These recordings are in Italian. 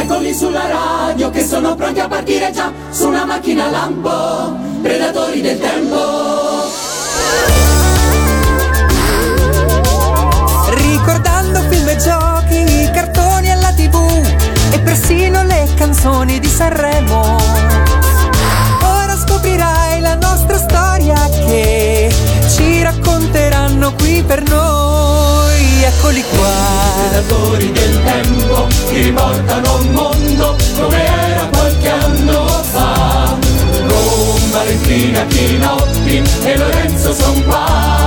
Eccoli sulla radio che sono pronti a partire già su una macchina lampo, predatori del tempo. Ricordando film e giochi, cartoni alla TV e persino le canzoni di Sanremo. Ora scoprirai la nostra storia che ci racconteranno qui per noi. Eccoli qua, Predatori del tempo che riportano un mondo come era qualche anno fa. Con Valentina Chinotti e Lorenzo son qua.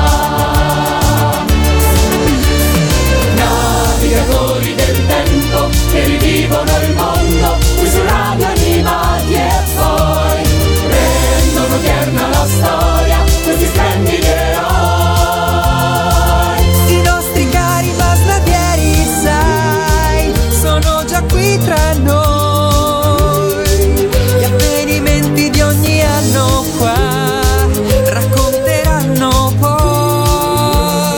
Navigatori del tempo che rivivono il mondo qui su Radio Animati e poi rendono tierna la storia questi splendidi eroi. i nostri cari masnadieri, sai, sono già qui tra noi. Gli avvenimenti di ogni anno qua racconteranno poi.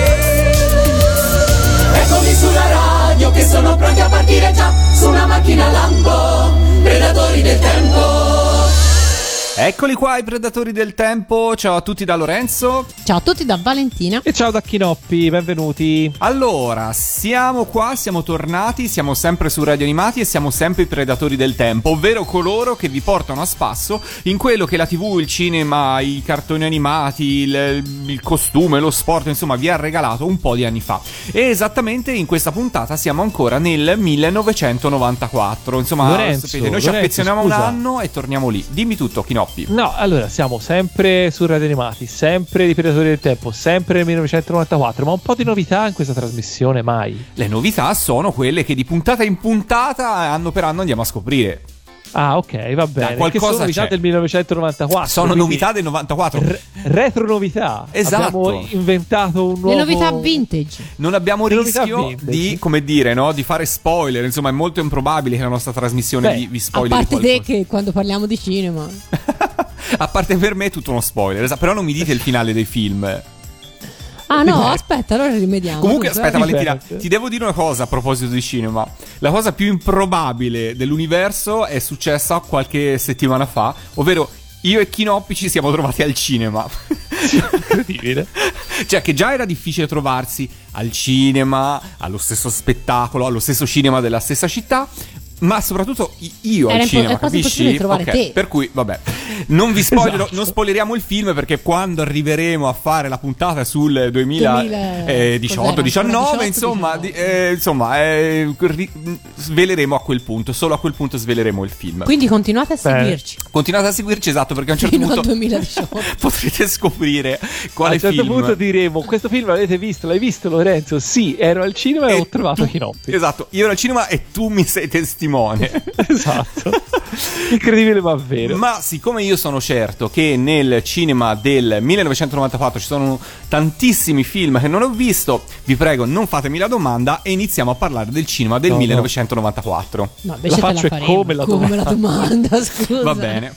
Eccoli sulla radio che sono pronti a partire già su una macchina lampo, predatori del tempo. Eccoli qua i predatori del tempo. Ciao a tutti da Lorenzo. Ciao a tutti da Valentina. E ciao da Chinoppi, benvenuti. Allora, siamo qua, siamo tornati, siamo sempre su Radio Animati e siamo sempre i predatori del tempo, ovvero coloro che vi portano a spasso in quello che la TV, il cinema, i cartoni animati, il costume, lo sport, insomma, vi ha regalato un po' di anni fa. E esattamente in questa puntata siamo ancora nel 1994. Insomma, Lorenzo, sapete, noi ci Lorenzo, affezioniamo a un scusa. anno e torniamo lì. Dimmi tutto, Chinoppi. No, allora siamo sempre su Radio Animati, sempre di Predatori del Tempo, sempre nel 1994, ma un po' di novità in questa trasmissione mai. Le novità sono quelle che di puntata in puntata, anno per anno, andiamo a scoprire. Ah, ok, va bene. qualcosa Che sono novità c'è. del 1994. Sono quindi novità del 94. retro novità. Esatto. Abbiamo inventato un nuovo... Le novità vintage. Non abbiamo Le novità rischio vintage. di, come dire, no, di fare spoiler. Insomma, è molto improbabile che la nostra trasmissione Beh, vi A spoileri parte te qualcosa. che quando parliamo di cinema. A parte per me è tutto uno spoiler. Però non mi dite il finale dei film. Ah no, aspetta, allora rimediamo. Comunque, Scusa. aspetta, Valentina, Diverte. ti devo dire una cosa a proposito di cinema. La cosa più improbabile dell'universo è successa qualche settimana fa, ovvero io e Chinoppi ci siamo trovati al cinema. Incredibile. Cioè, che già era difficile trovarsi al cinema, allo stesso spettacolo, allo stesso cinema della stessa città. Ma soprattutto io Era al cinema, è quasi capisci? impossibile trovare Ok, te. per cui, vabbè, non vi spoilerò, Esatto. non spoileriamo il film perché quando arriveremo a fare la puntata sul 2018, 19, insomma, 19. sveleremo a quel punto, solo a quel punto sveleremo il film. Quindi continuate a Bene. seguirci. Continuate a seguirci, esatto, perché a un certo Fino al punto 2018. potrete scoprire A quale un certo film. punto diremo: questo film l'avete visto? L'hai visto, Lorenzo? Sì, ero al cinema e ho trovato Chinoppi. Esatto, io ero al cinema e tu mi sei testimone. Esatto. Incredibile ma vero. Ma siccome io sono certo che nel cinema del 1994 ci sono tantissimi film che non ho visto, vi prego non fatemi la domanda e iniziamo a parlare del cinema del No, no. 1994. No, invece La te faccio la è faremo. come la domanda. domanda, scusa. Va bene.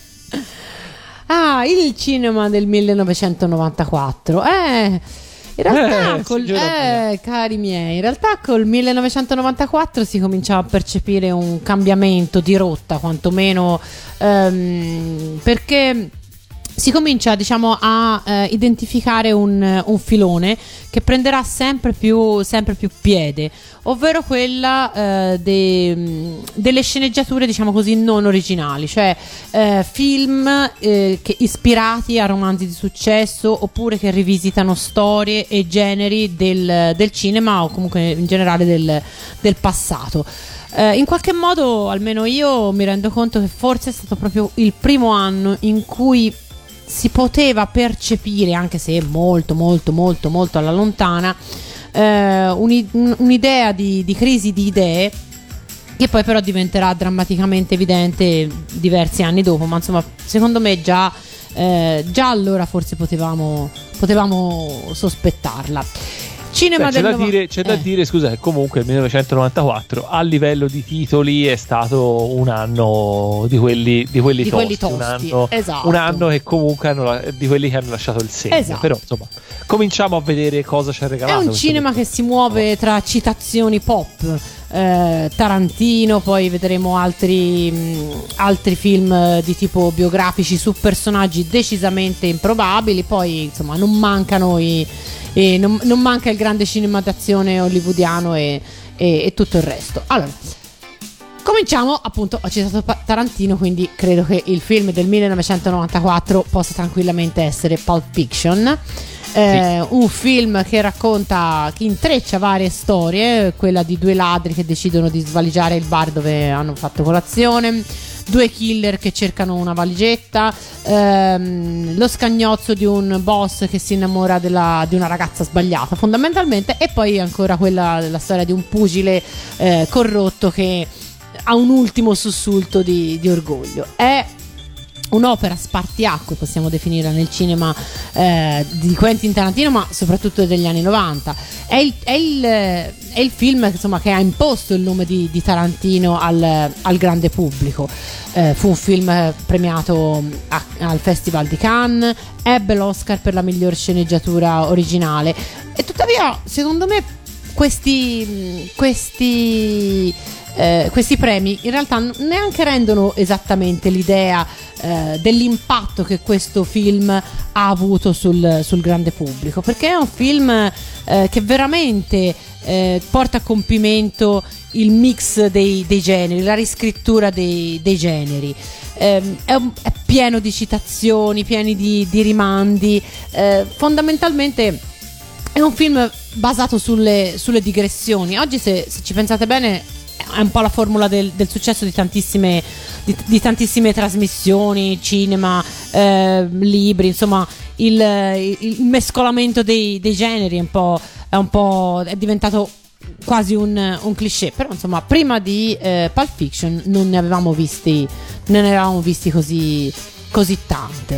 Ah, il cinema del 1994. In realtà, signora cari miei, in realtà col 1994 si cominciava a percepire un cambiamento di rotta, quantomeno perché si comincia, diciamo, a identificare un filone che prenderà sempre più piede, ovvero quella delle sceneggiature, diciamo così, non originali, cioè film che ispirati a romanzi di successo oppure che rivisitano storie e generi del cinema o comunque in generale del passato. In qualche modo, almeno io mi rendo conto che forse è stato proprio il primo anno in cui si poteva percepire, anche se molto molto molto molto alla lontana, un'idea di crisi di idee che poi però diventerà drammaticamente evidente diversi anni dopo, ma insomma secondo me già allora forse potevamo sospettarla. Cinema c'è del da dire, scusa, che comunque il 1994 a livello di titoli è stato un anno di quelli tosti, esatto. un anno che comunque di quelli che hanno lasciato il segno. Esatto. Però insomma, cominciamo a vedere cosa ci ha regalato. È un cinema che si muove tra citazioni pop, Tarantino, poi vedremo altri film di tipo biografici su personaggi decisamente improbabili, poi insomma non mancano non manca il grande cinema d'azione hollywoodiano e tutto il resto. Allora, cominciamo, appunto, ho citato Tarantino, quindi credo che il film del 1994 possa tranquillamente essere Pulp Fiction. Un film che intreccia varie storie, quella di due ladri che decidono di svaligiare il bar dove hanno fatto colazione, due killer che cercano una valigetta, lo scagnozzo di un boss che si innamora di una ragazza sbagliata fondamentalmente, e poi ancora la storia di un pugile corrotto che ha un ultimo sussulto di orgoglio. È un'opera spartiacque, possiamo definirla, nel cinema di Quentin Tarantino, ma soprattutto degli anni 90. È il film, insomma, che ha imposto il nome di Tarantino al grande pubblico. Fu un film premiato al Festival di Cannes, ebbe l'Oscar per la miglior sceneggiatura originale, e tuttavia secondo me questi premi in realtà neanche rendono esattamente l'idea dell'impatto che questo film ha avuto sul grande pubblico, perché è un film che veramente porta a compimento il mix dei generi, la riscrittura dei generi. È pieno di citazioni, pieni di rimandi. Fondamentalmente è un film basato sulle digressioni. Oggi, se ci pensate bene, è un po' la formula del successo di tantissime trasmissioni, cinema, libri, insomma il mescolamento dei generi è diventato quasi un cliché. Però insomma, prima di Pulp Fiction non ne avevamo visti così tante.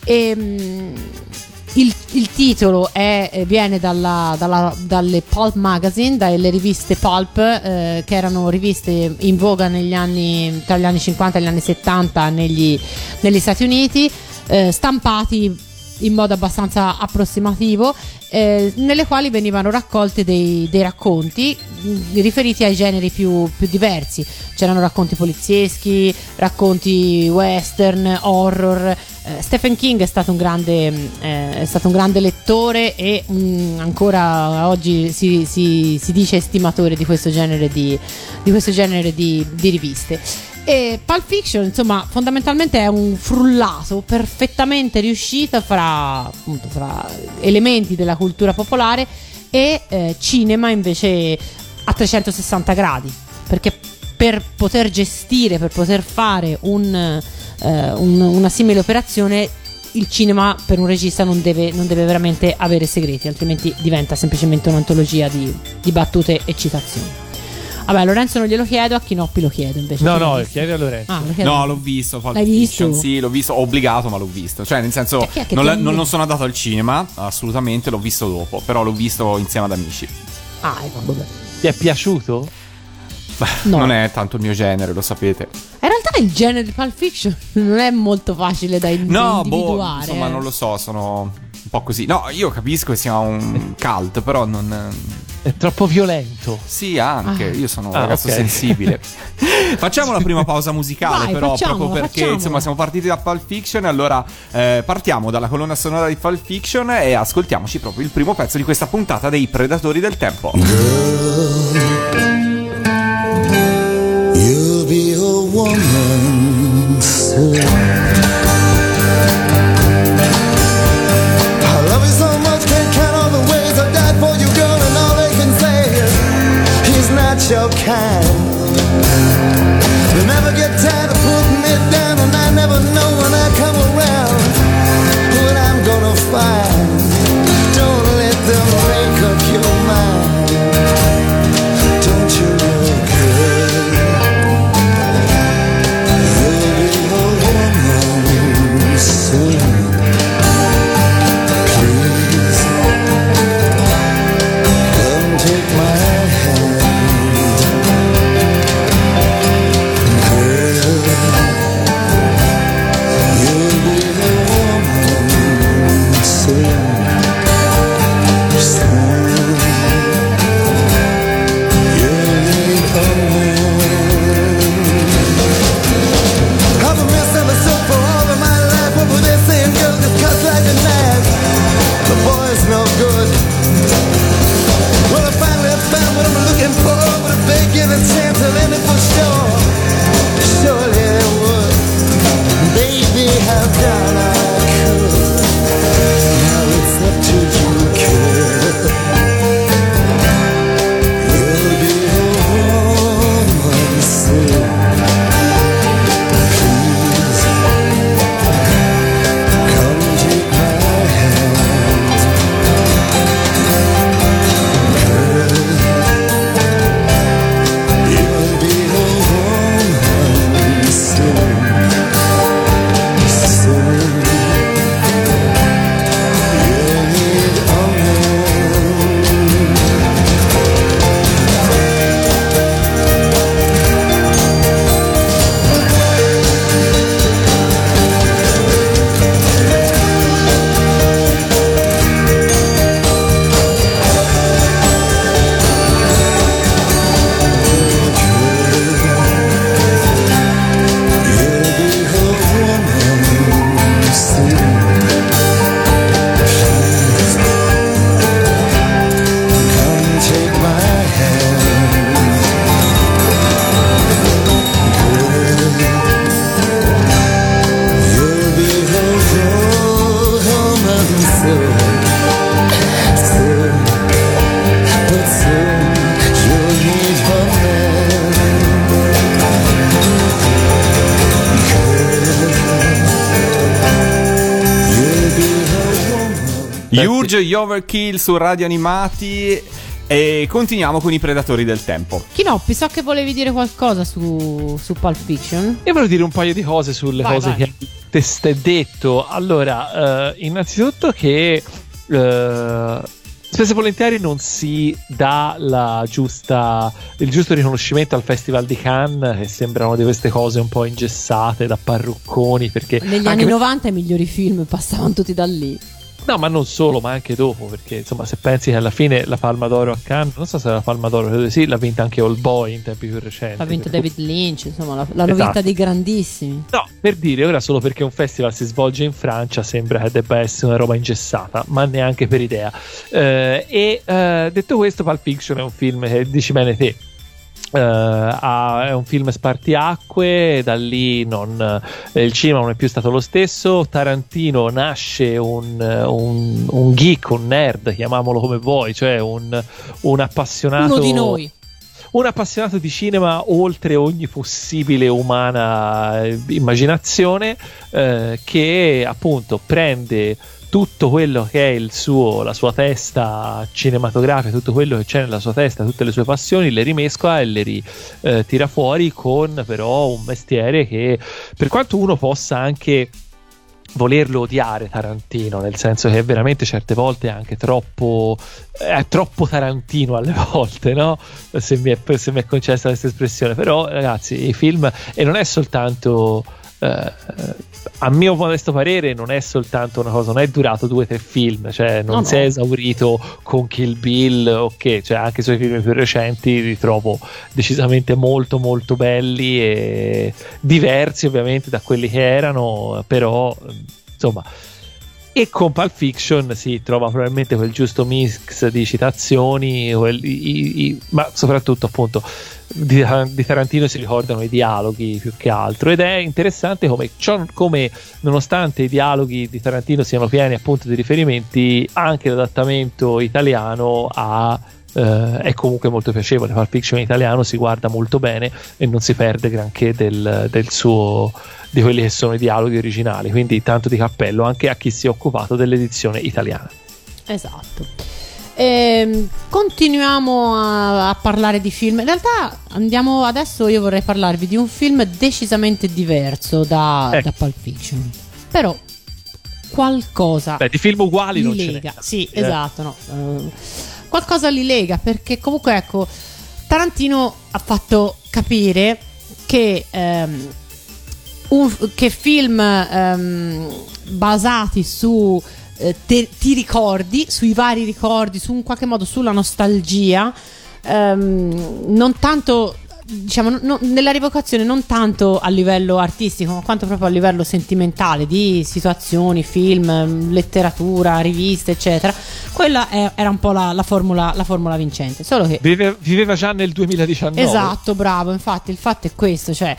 Il titolo viene dalle Pulp Magazine, dalle riviste Pulp, che erano riviste in voga tra gli anni 50 e gli anni 70 negli Stati Uniti, stampati in modo abbastanza approssimativo, nelle quali venivano raccolte dei racconti riferiti ai generi più diversi. C'erano racconti polizieschi, racconti western, horror. Stephen King è stato un grande lettore e ancora oggi si dice estimatore di questo genere di riviste. E Pulp Fiction, insomma, fondamentalmente è un frullato perfettamente riuscito fra elementi della cultura popolare e cinema invece a 360 gradi, perché per poter fare una simile operazione, il cinema per un regista non deve veramente avere segreti, altrimenti diventa semplicemente un'antologia di battute e citazioni. Vabbè, Lorenzo non glielo chiedo, a Chinoppi lo chiedo invece. No, chiedi a Lorenzo. No, l'ho visto. L'hai visto? Sì, l'ho visto, ho obbligato, ma l'ho visto. Cioè, nel senso, non sono andato al cinema, assolutamente, l'ho visto dopo, però l'ho visto insieme ad amici. Vabbè. Ti è piaciuto? No. Non è tanto il mio genere, lo sapete. In realtà il genere di Pulp Fiction non è molto facile da individuare. Insomma, non lo so, sono un po' così. No, io capisco che sia un cult, però non... È troppo violento. Sì, anche. Io sono un ragazzo sensibile. Facciamo la prima pausa musicale. Vai, però facciamola, proprio perché insomma siamo partiti da Pulp Fiction. Allora partiamo dalla colonna sonora di Pulp Fiction e ascoltiamoci proprio il primo pezzo di questa puntata dei Predatori del Tempo. You'll be a woman soon. I love you so much, can't count all the ways I died for you, girl, and all they can say is he's not your kind. You never get tired of putting it down, and I never know when I come around what I'm gonna find. Don't let them make up your mind. Don't you look good? You'll be a woman soon. Please, give a chance to let it for sure. Surely it would. Baby, how down I could. Now it's up to you, kid. You'll be the woman soon. Please, come take my hand. Girl, you'll be the woman soon. Soon, you'll need a man. You'll be her woman soon. Please, come take my hand. Girl, you'll be her woman soon. Soon, but soon you'll need her man. You'll be her woman. Urge Overkill su Radio Animati. E continuiamo con i Predatori del Tempo. Chinoppi, so che volevi dire qualcosa su Pulp Fiction. Io volevo dire un paio di cose sulle Vai, cose vai. che hai testé detto. Allora, innanzitutto che spesso e volentieri non si dà il giusto riconoscimento al Festival di Cannes, che sembrano di queste cose un po' ingessate da parrucconi, perché Negli anche anni 90 i migliori film passavano tutti da lì. no, ma non solo, ma anche dopo, perché insomma, se pensi che alla fine la Palma d'Oro a Cannes, non so se era la Palma d'Oro, credo di sì, l'ha vinta anche Old Boy in tempi più recenti. Ha vinto per cui- David Lynch, insomma, l'hanno vinta Esatto. dei grandissimi. No, per dire, ora solo perché un festival si svolge in Francia sembra che debba essere una roba ingessata, ma neanche per idea. Detto questo, Pulp Fiction è un film che dici bene te. È un film spartiacque, da lì il cinema non è più stato lo stesso. Tarantino nasce un geek, un nerd, chiamiamolo come vuoi, cioè un appassionato, Uno di noi. un appassionato di cinema oltre ogni possibile umana immaginazione, che appunto prende tutto quello che è la sua testa cinematografica, tutto quello che c'è nella sua testa, tutte le sue passioni, le rimescola e le tira fuori con però un mestiere che, per quanto uno possa anche volerlo odiare Tarantino, nel senso che veramente certe volte è anche troppo Tarantino alle volte, no? Se mi è concessa questa espressione, però ragazzi, i film, e non è soltanto a mio modesto parere non è soltanto una cosa, non è durato 2 o 3 film, cioè non No, si no. è esaurito con Kill Bill, ok, cioè anche i suoi film più recenti li trovo decisamente molto molto belli e diversi ovviamente da quelli che erano, però insomma. E con Pulp Fiction si trova probabilmente quel giusto mix di citazioni, ma soprattutto appunto di Tarantino si ricordano i dialoghi più che altro, ed è interessante come nonostante i dialoghi di Tarantino siano pieni appunto di riferimenti, anche l'adattamento italiano è comunque molto piacevole. Pulp Fiction in italiano si guarda molto bene e non si perde granché di quelli che sono i dialoghi originali, quindi tanto di cappello anche a chi si è occupato dell'edizione italiana. Esatto. Continuiamo a parlare di film. In realtà adesso io vorrei parlarvi di un film decisamente diverso da Pulp Fiction, però qualcosa Di film uguali li non ce lega. n'è. Sì, esatto, no. Qualcosa li lega, perché comunque ecco, Tarantino ha fatto capire che film basati su ti ricordi, sui vari ricordi, in qualche modo sulla nostalgia, non tanto diciamo nella rievocazione non tanto a livello artistico, ma quanto proprio a livello sentimentale di situazioni, film, letteratura, riviste, eccetera. Quella era un po' la formula vincente, solo che viveva già nel 2019. esatto, bravo. Infatti il fatto è questo, cioè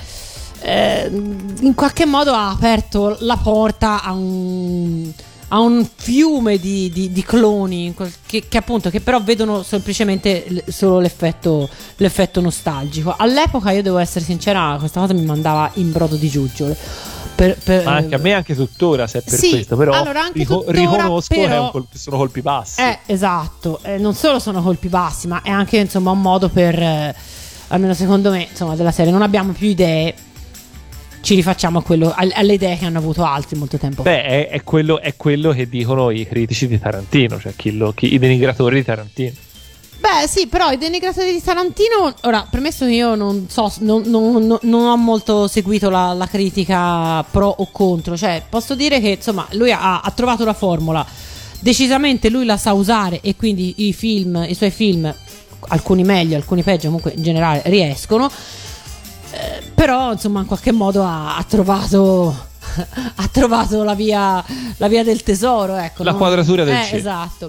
in qualche modo ha aperto la porta a un fiume di cloni che appunto, che però vedono semplicemente solo l'effetto nostalgico. All'epoca, io devo essere sincera, questa cosa mi mandava in brodo di giuggiole. Ma anche a me, anche tuttora, se è per sì, questo, però allora, anche tuttora, riconosco però, che sono colpi bassi. Esatto, non solo sono colpi bassi, ma è anche insomma un modo per, almeno secondo me, insomma, della serie, non abbiamo più idee, ci rifacciamo alle idee che hanno avuto altri molto tempo fa. Beh, è quello che dicono i critici di Tarantino, cioè i denigratori di Tarantino. Beh, sì, però i denigratori di Tarantino, ora, premesso che io non so, non ho molto seguito la critica pro o contro, cioè posso dire che insomma lui ha trovato la formula, decisamente lui la sa usare, e quindi i suoi film, alcuni meglio, alcuni peggio, comunque in generale riescono. Però insomma in qualche modo ha trovato la via del tesoro, ecco, la quadratura del cerchio. Esatto.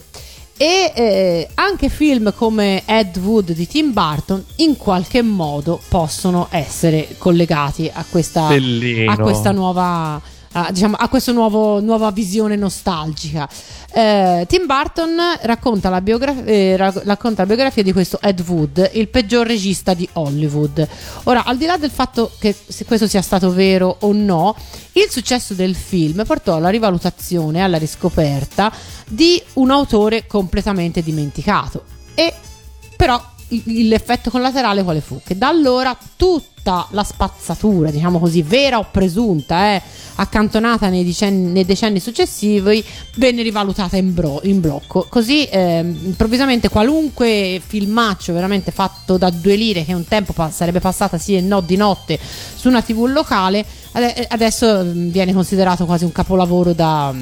E anche film come Ed Wood di Tim Burton in qualche modo possono essere collegati a questa nuova, diciamo, a questa nuova visione nostalgica. Tim Burton racconta la biografia di questo Ed Wood, il peggior regista di Hollywood. Ora, al di là del fatto che se questo sia stato vero o no, il successo del film portò alla rivalutazione, alla riscoperta di un autore completamente dimenticato. E però l'effetto collaterale quale fu? Che da allora tutta la spazzatura, diciamo così, vera o presunta, accantonata nei decenni successivi, venne rivalutata in blocco. Così improvvisamente qualunque filmaccio veramente fatto da 2 lire, che un tempo sarebbe passata sì e no di notte su una TV locale, adesso viene considerato quasi un capolavoro da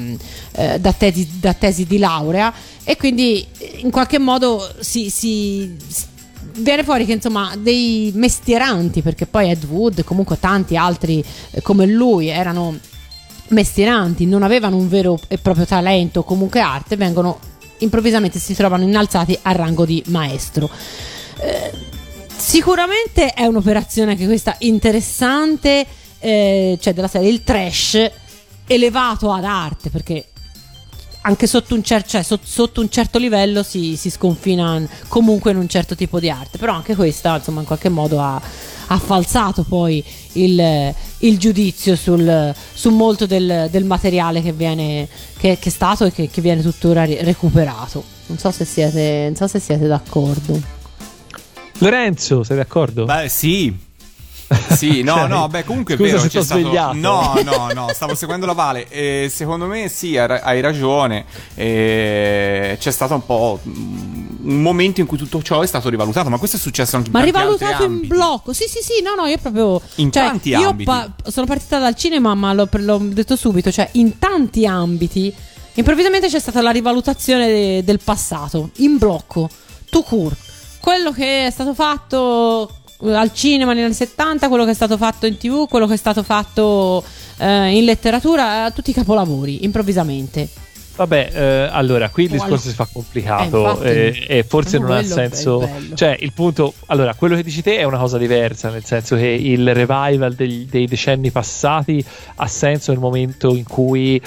tesi di laurea, e quindi in qualche modo si viene fuori che insomma dei mestieranti, perché poi Ed Wood, comunque tanti altri come lui, erano mestieranti, non avevano un vero e proprio talento, comunque arte, vengono improvvisamente, si trovano innalzati al rango di maestro. Sicuramente è un'operazione che questa interessante, cioè della serie il trash elevato ad arte, perché anche sotto un certo livello si sconfina comunque in un certo tipo di arte, però anche questa insomma in qualche modo ha falsato poi il giudizio su molto del materiale che è stato e che viene tuttora recuperato. Non so se siete d'accordo. Lorenzo, sei d'accordo? Beh, sì. Sì, no, beh, comunque scusa è vero, se t'ho svegliato. No, stavo seguendo la Vale. Secondo me sì, hai ragione. C'è stato un po' un momento in cui tutto ciò è stato rivalutato, ma questo è successo anche in tanti rivalutato altri in ambiti. blocco. Sì, no, io proprio in tanti ambiti. Sono partita dal cinema, ma l'ho detto subito, cioè in tanti ambiti improvvisamente c'è stata la rivalutazione del passato in blocco, tout court. Quello che è stato fatto al cinema negli anni 70, quello che è stato fatto in TV, quello che è stato fatto in letteratura, tutti i capolavori improvvisamente. Vabbè, allora qui il discorso si fa complicato, e forse non ha senso. Cioè, il punto, allora, quello che dici te è una cosa diversa, nel senso che il revival dei decenni passati ha senso nel momento in cui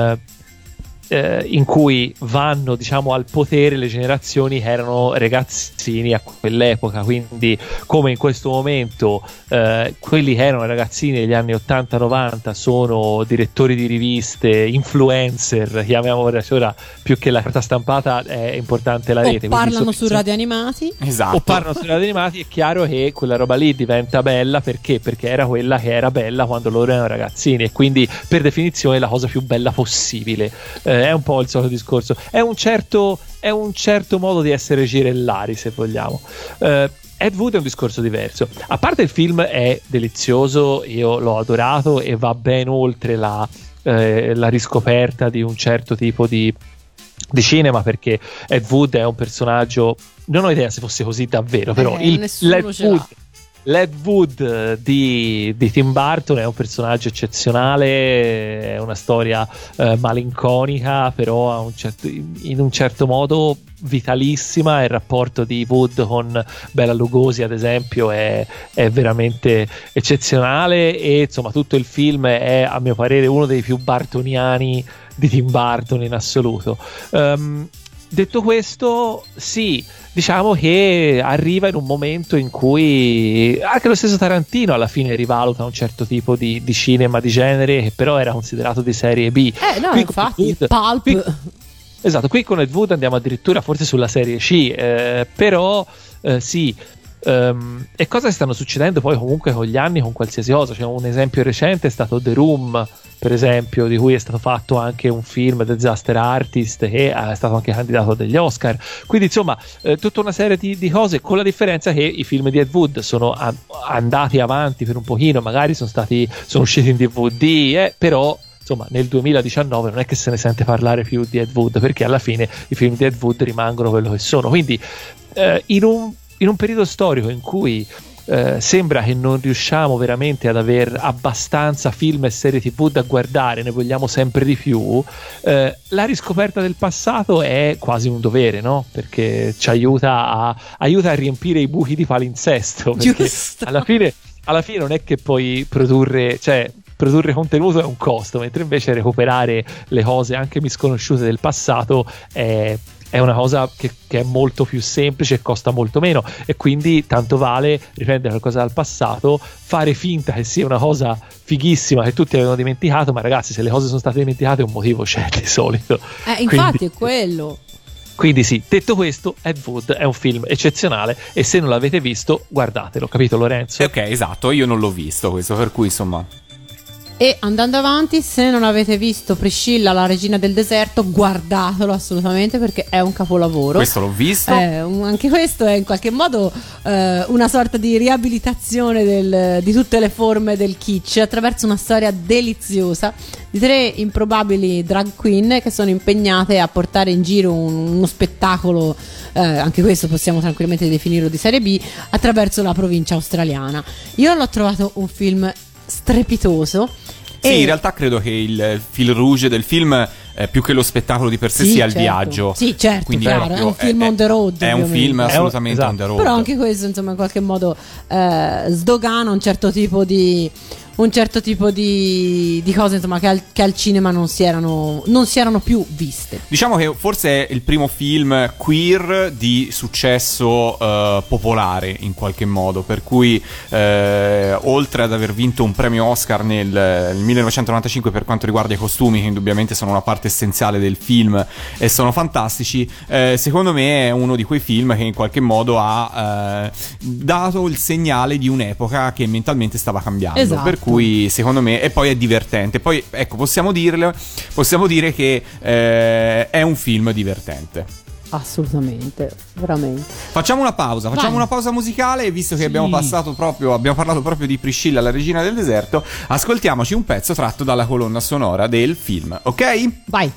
vanno, diciamo, al potere le generazioni che erano ragazzini a quell'epoca, quindi come in questo momento quelli che erano ragazzini negli anni 80-90 sono direttori di riviste, influencer, chiamiamolo ora, più che la carta stampata è importante la rete, o parlano su radio animati. Esatto. O parlano su radio animati. È chiaro che quella roba lì diventa bella perché era quella che era bella quando loro erano ragazzini, e quindi per definizione la cosa più bella possibile. È un po' il solito discorso, è un certo modo di essere girellari, se vogliamo. Ed Wood è un discorso diverso. A parte il film è delizioso, io l'ho adorato e va ben oltre la riscoperta di un certo tipo di cinema, perché Ed Wood è un personaggio, non ho idea se fosse così davvero, però l'Ed Wood di Tim Burton è un personaggio eccezionale, è una storia malinconica, però in un certo modo vitalissima. Il rapporto di Wood con Bela Lugosi, ad esempio, è veramente eccezionale, e insomma tutto il film è, a mio parere, uno dei più bartoniani di Tim Burton in assoluto. Detto questo, sì, diciamo che arriva in un momento in cui anche lo stesso Tarantino alla fine rivaluta un certo tipo di cinema di genere, che però era considerato di serie B. No, Qui infatti, Pulp. Esatto, qui con Ed Wood andiamo addirittura forse sulla serie C, però sì. E cosa stanno succedendo poi comunque con gli anni, con qualsiasi cosa. Cioè, un esempio recente è stato The Room, per esempio, di cui è stato fatto anche un film, The Disaster Artist, che è stato anche candidato degli Oscar. Quindi insomma tutta una serie di cose, con la differenza che i film di Ed Wood sono andati avanti per un pochino, magari sono usciti in DVD, però insomma nel 2019 non è che se ne sente parlare più di Ed Wood, perché alla fine i film di Ed Wood rimangono quello che sono. Quindi in un periodo storico in cui sembra che non riusciamo veramente ad aver abbastanza film e serie TV da guardare, ne vogliamo sempre di più, la riscoperta del passato è quasi un dovere, no? Perché ci aiuta a riempire i buchi di palinsesto, perché alla fine non è che puoi produrre contenuto è un costo, mentre invece recuperare le cose anche misconosciute del passato è una cosa che è molto più semplice e costa molto meno, e quindi tanto vale riprendere qualcosa dal passato, fare finta che sia una cosa fighissima che tutti avevano dimenticato, ma ragazzi, se le cose sono state dimenticate un motivo c'è di solito. Infatti quindi, è quello. Quindi sì, detto questo, Ed Wood è un film eccezionale, e se non l'avete visto guardatelo, capito Lorenzo? Ok, esatto, io non l'ho visto questo, per cui insomma. E andando avanti, se non avete visto Priscilla, la regina del deserto, guardatelo assolutamente, perché è un capolavoro. Questo l'ho visto. Anche questo è in qualche modo una sorta di riabilitazione di tutte le forme del kitsch, attraverso una storia deliziosa di 3 improbabili drag queen che sono impegnate a portare in giro uno spettacolo, anche questo possiamo tranquillamente definirlo di serie B, attraverso la provincia australiana. Io l'ho trovato un film strepitoso. Sì, in realtà credo che il fil rouge del film, più che lo spettacolo di per sé, sia il viaggio. Sì, certo, quindi chiaro, è un film on the road. È un film assolutamente esatto. on the road. Però anche questo, insomma, in qualche modo sdogana un certo tipo di cose, insomma, che al cinema non si erano più viste. Diciamo che forse è il primo film queer di successo popolare in qualche modo, per cui oltre ad aver vinto un premio Oscar nel 1995 per quanto riguarda i costumi, che indubbiamente sono una parte essenziale del film e sono fantastici, secondo me è uno di quei film che in qualche modo ha dato il segnale di un'epoca che mentalmente stava cambiando. Esatto. Per cui secondo me, e poi è divertente, poi ecco, possiamo dire che è un film divertente. Assolutamente, veramente. Facciamo una pausa musicale, e visto che abbiamo parlato proprio di Priscilla, la regina del deserto, ascoltiamoci un pezzo tratto dalla colonna sonora del film, ok? Vai.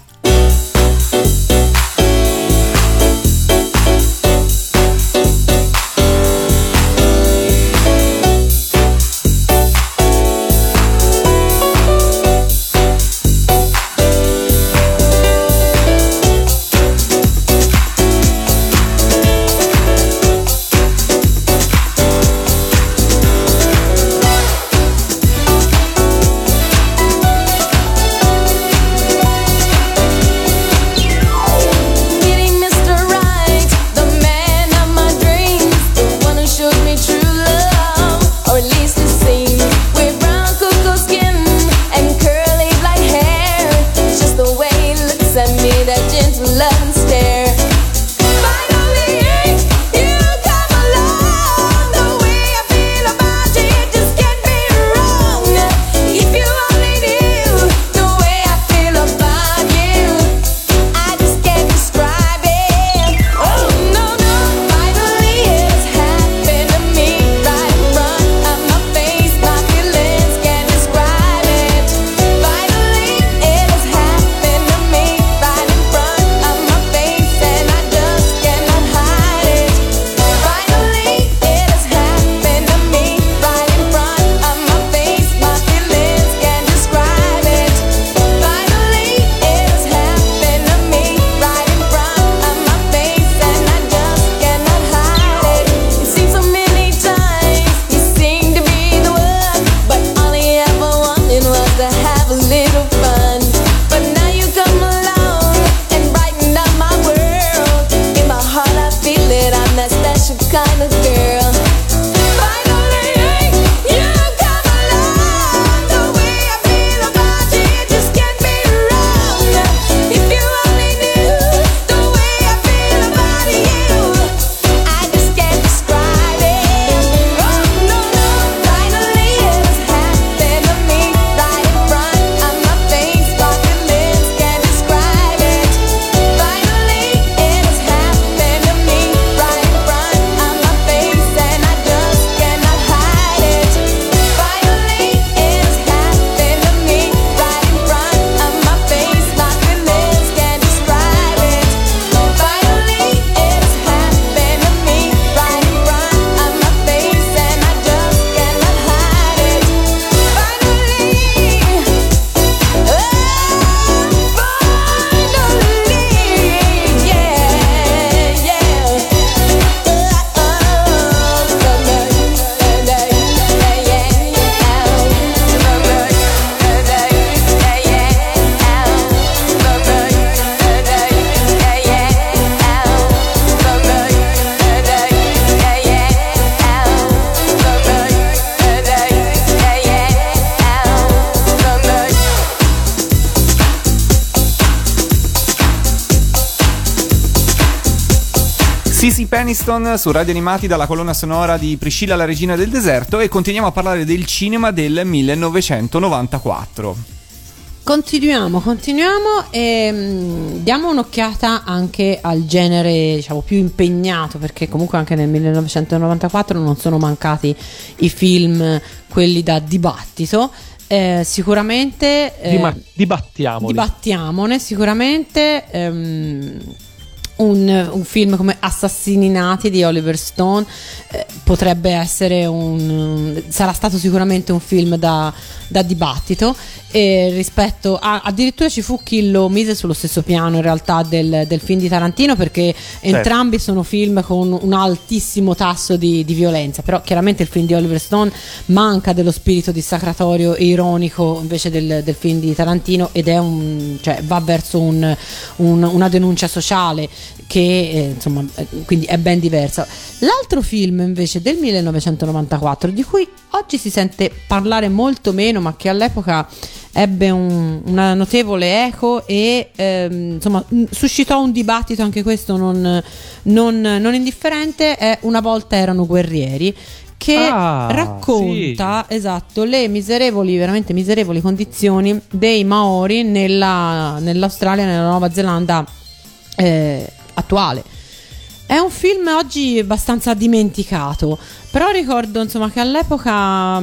Sisi Peniston su Radio Animati dalla colonna sonora di Priscilla la regina del deserto, e continuiamo a parlare del cinema del 1994. Continuiamo e diamo un'occhiata anche al genere, diciamo, più impegnato, perché comunque anche nel 1994 non sono mancati i film, quelli da dibattito. Sicuramente dibattiamone sicuramente. Un film come Assassini Nati di Oliver Stone potrebbe essere sarà stato sicuramente un film da dibattito, e rispetto addirittura ci fu chi lo mise sullo stesso piano in realtà del film di Tarantino, perché entrambi sono film con un altissimo tasso di violenza, però chiaramente il film di Oliver Stone manca dello spirito dissacratorio e ironico invece del film di Tarantino, ed è va verso una denuncia sociale che insomma quindi è ben diversa. L'altro film invece del 1994, di cui oggi si sente parlare molto meno, ma che all'epoca ebbe una notevole eco e insomma suscitò un dibattito, anche questo non indifferente, è Una volta erano guerrieri, che racconta esatto le veramente miserevoli condizioni dei Maori nell'Australia, nella Nuova Zelanda attuale. È un film oggi abbastanza dimenticato, però ricordo insomma che all'epoca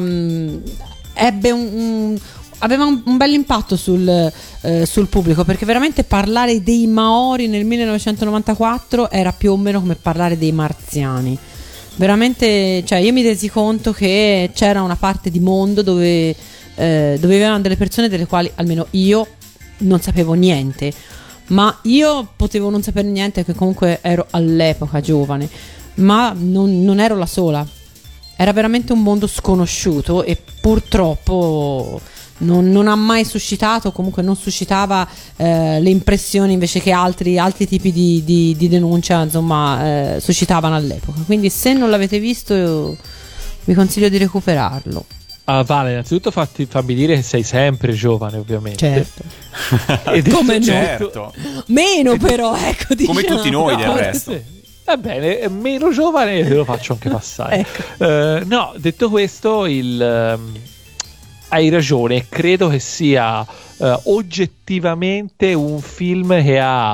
aveva un bel impatto sul pubblico, perché veramente parlare dei Maori nel 1994 era più o meno come parlare dei marziani. Veramente, cioè, io mi resi conto che c'era una parte di mondo dove vivevano delle persone delle quali almeno io non sapevo niente. Ma io potevo non sapere niente, perché comunque ero all'epoca giovane, ma non ero la sola. Era veramente un mondo sconosciuto, e purtroppo non ha mai suscitato, comunque non suscitava le impressioni invece che altri tipi di denuncia, insomma, suscitavano all'epoca. Quindi se non l'avete visto, io vi consiglio di recuperarlo. Vale, innanzitutto fammi dire che sei sempre giovane, ovviamente. Certo. Come no? Certo. Meno però, ecco, diciamo. Come tutti noi del resto. Sì. Va bene, meno giovane te lo faccio anche passare. Ecco. No, detto questo, hai ragione, credo che sia oggettivamente un film che ha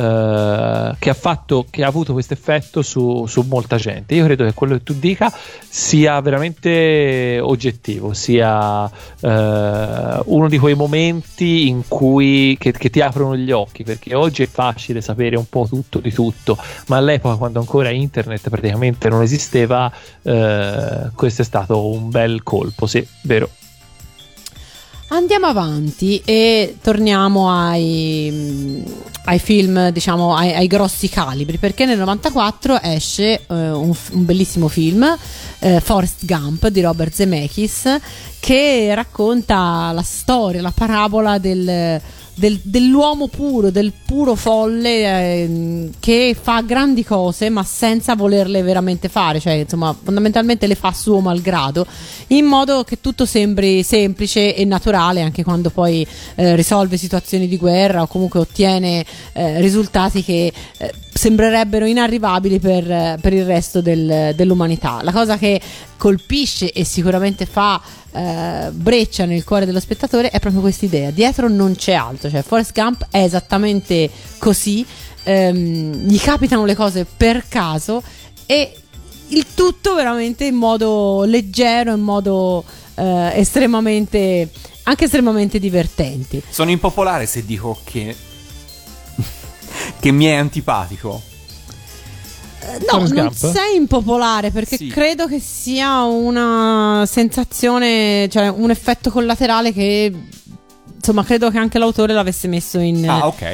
avuto questo effetto su molta gente. Io credo che quello che tu dica sia veramente oggettivo, sia uno di quei momenti in cui che ti aprono gli occhi, perché oggi è facile sapere un po' tutto di tutto, ma all'epoca, quando ancora internet praticamente non esisteva, questo è stato un bel colpo, sì, vero. Andiamo avanti e torniamo ai film, diciamo, ai grossi calibri, perché nel 94 esce un bellissimo film, Forrest Gump di Robert Zemeckis, che racconta la storia, la parabola dell'uomo puro, del puro folle, che fa grandi cose ma senza volerle veramente fare, cioè insomma fondamentalmente le fa suo malgrado, in modo che tutto sembri semplice e naturale, anche quando poi risolve situazioni di guerra o comunque ottiene risultati che sembrerebbero inarrivabili per il resto dell'umanità. La cosa che colpisce e sicuramente fa breccia nel cuore dello spettatore è proprio questa idea: dietro non c'è altro, cioè Forrest Gump è esattamente così, gli capitano le cose per caso, e il tutto veramente in modo leggero, in modo estremamente divertenti. Sono impopolare se dico che mi è antipatico. No, non sei impopolare, perché sì, credo che sia una sensazione, cioè un effetto collaterale che insomma credo che anche l'autore l'avesse messo in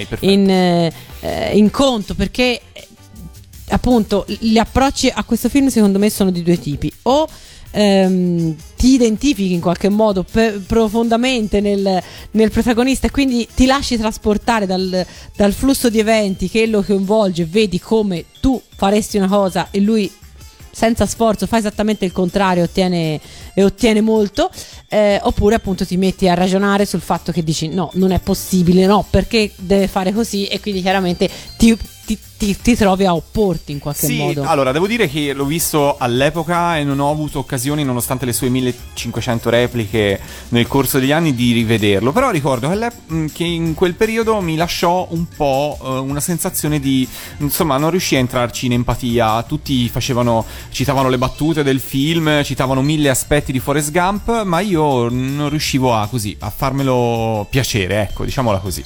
conto, perché appunto gli approcci a questo film secondo me sono di due tipi: o ti identifichi in qualche modo profondamente nel protagonista e quindi ti lasci trasportare dal flusso di eventi che lo coinvolge, vedi come tu faresti una cosa e lui senza sforzo fa esattamente il contrario e ottiene molto, oppure appunto ti metti a ragionare sul fatto che dici no, non è possibile, no, perché deve fare così, e quindi chiaramente ti ti trovi a opporti in qualche modo. Allora devo dire che l'ho visto all'epoca e non ho avuto occasioni, nonostante le sue 1500 repliche nel corso degli anni, di rivederlo. Però ricordo che in quel periodo mi lasciò un po' una sensazione di, insomma, non riuscii a entrarci in empatia. Tutti citavano le battute del film, citavano 1000 aspetti di Forrest Gump, ma io non riuscivo a farmelo piacere, ecco, diciamola così.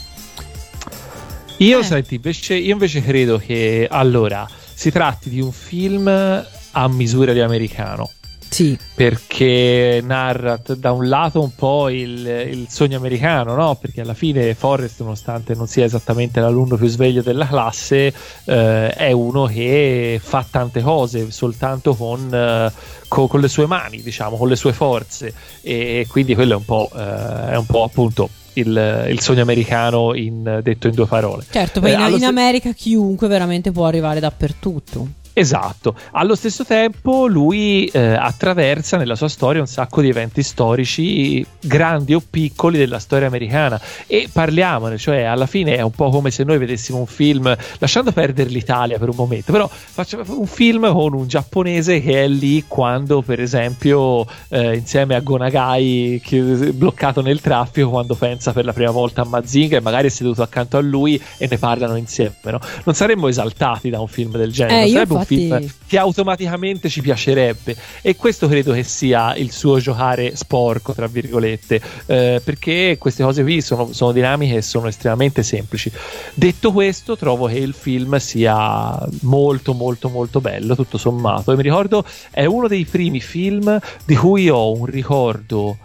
Io invece credo che allora si tratti di un film a misura di americano. Sì. Perché narra da un lato un po' il sogno americano, no? Perché alla fine Forrest, nonostante non sia esattamente l'alunno più sveglio della classe, è uno che fa tante cose soltanto con le sue mani, diciamo, con le sue forze, e quindi quello è un po' appunto il sogno americano detto in due parole. Certo, poi in America chiunque veramente può arrivare dappertutto. Esatto, allo stesso tempo lui attraversa nella sua storia un sacco di eventi storici grandi o piccoli della storia americana, e parliamone, cioè alla fine è un po' come se noi vedessimo un film, lasciando perdere l'Italia per un momento, però facciamo un film con un giapponese che è lì quando, per esempio, insieme a Gonagai, bloccato nel traffico, quando pensa per la prima volta a Mazinga e magari è seduto accanto a lui e ne parlano insieme, no? Non saremmo esaltati da un film del genere, sarebbe un film che automaticamente ci piacerebbe, e questo credo che sia il suo giocare sporco, tra virgolette, perché queste cose qui sono dinamiche e sono estremamente semplici. Detto questo, trovo che il film sia molto molto molto bello tutto sommato, e mi ricordo è uno dei primi film di cui ho un ricordo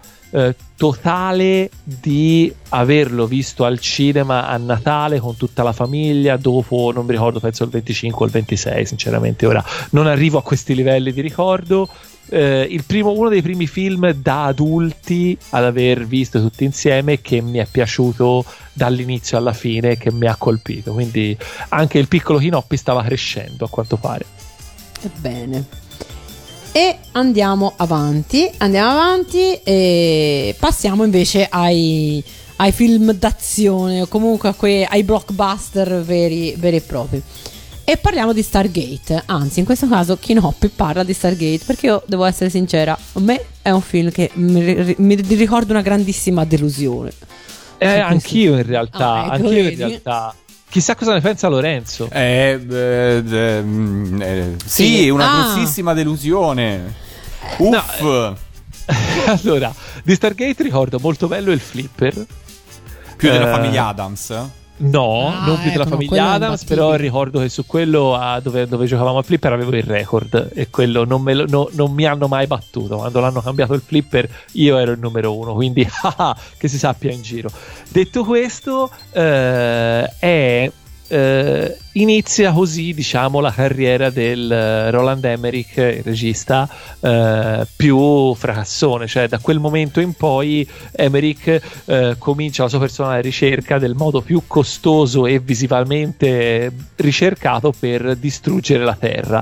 totale di averlo visto al cinema a Natale con tutta la famiglia, dopo non mi ricordo, penso il 25 o il 26, sinceramente ora non arrivo a questi livelli di ricordo. Uno dei primi film da adulti ad aver visto tutti insieme, che mi è piaciuto dall'inizio alla fine, che mi ha colpito, quindi anche il piccolo Chinoppi stava crescendo, a quanto pare. Ebbene, e andiamo avanti e passiamo invece ai film d'azione, o comunque ai blockbuster veri e propri, e parliamo di Stargate. Anzi, in questo caso Chinoppi parla di Stargate, perché io devo essere sincera, a me è un film che mi ricorda una grandissima delusione. Anch'io in realtà. Chissà cosa ne pensa Lorenzo. Sì, una grossissima delusione. Uff. No, allora, di Stargate ricordo molto bello il flipper. Più della famiglia Adams? No, non più della famiglia Adams, però ricordo che su quello dove giocavamo al flipper avevo il record, e quello non mi hanno mai battuto. Quando l'hanno cambiato il flipper io ero il numero 1, quindi che si sappia in giro. Detto questo, inizia così, diciamo, la carriera del Roland Emmerich, il regista più fracassone, cioè da quel momento in poi Emmerich comincia la sua personale ricerca del modo più costoso e visivamente ricercato per distruggere la Terra,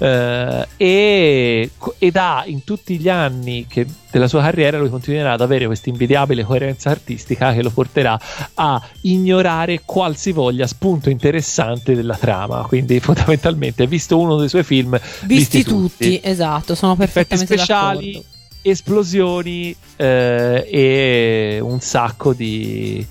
ed ha, in tutti gli anni della sua carriera, lui continuerà ad avere questa invidiabile coerenza artistica che lo porterà a ignorare qualsivoglia spunto interessante della trama. Quindi fondamentalmente, visto uno dei suoi film, visti tutti. Esatto, sono perfettamente effetti speciali, d'accordo. Esplosioni e un sacco di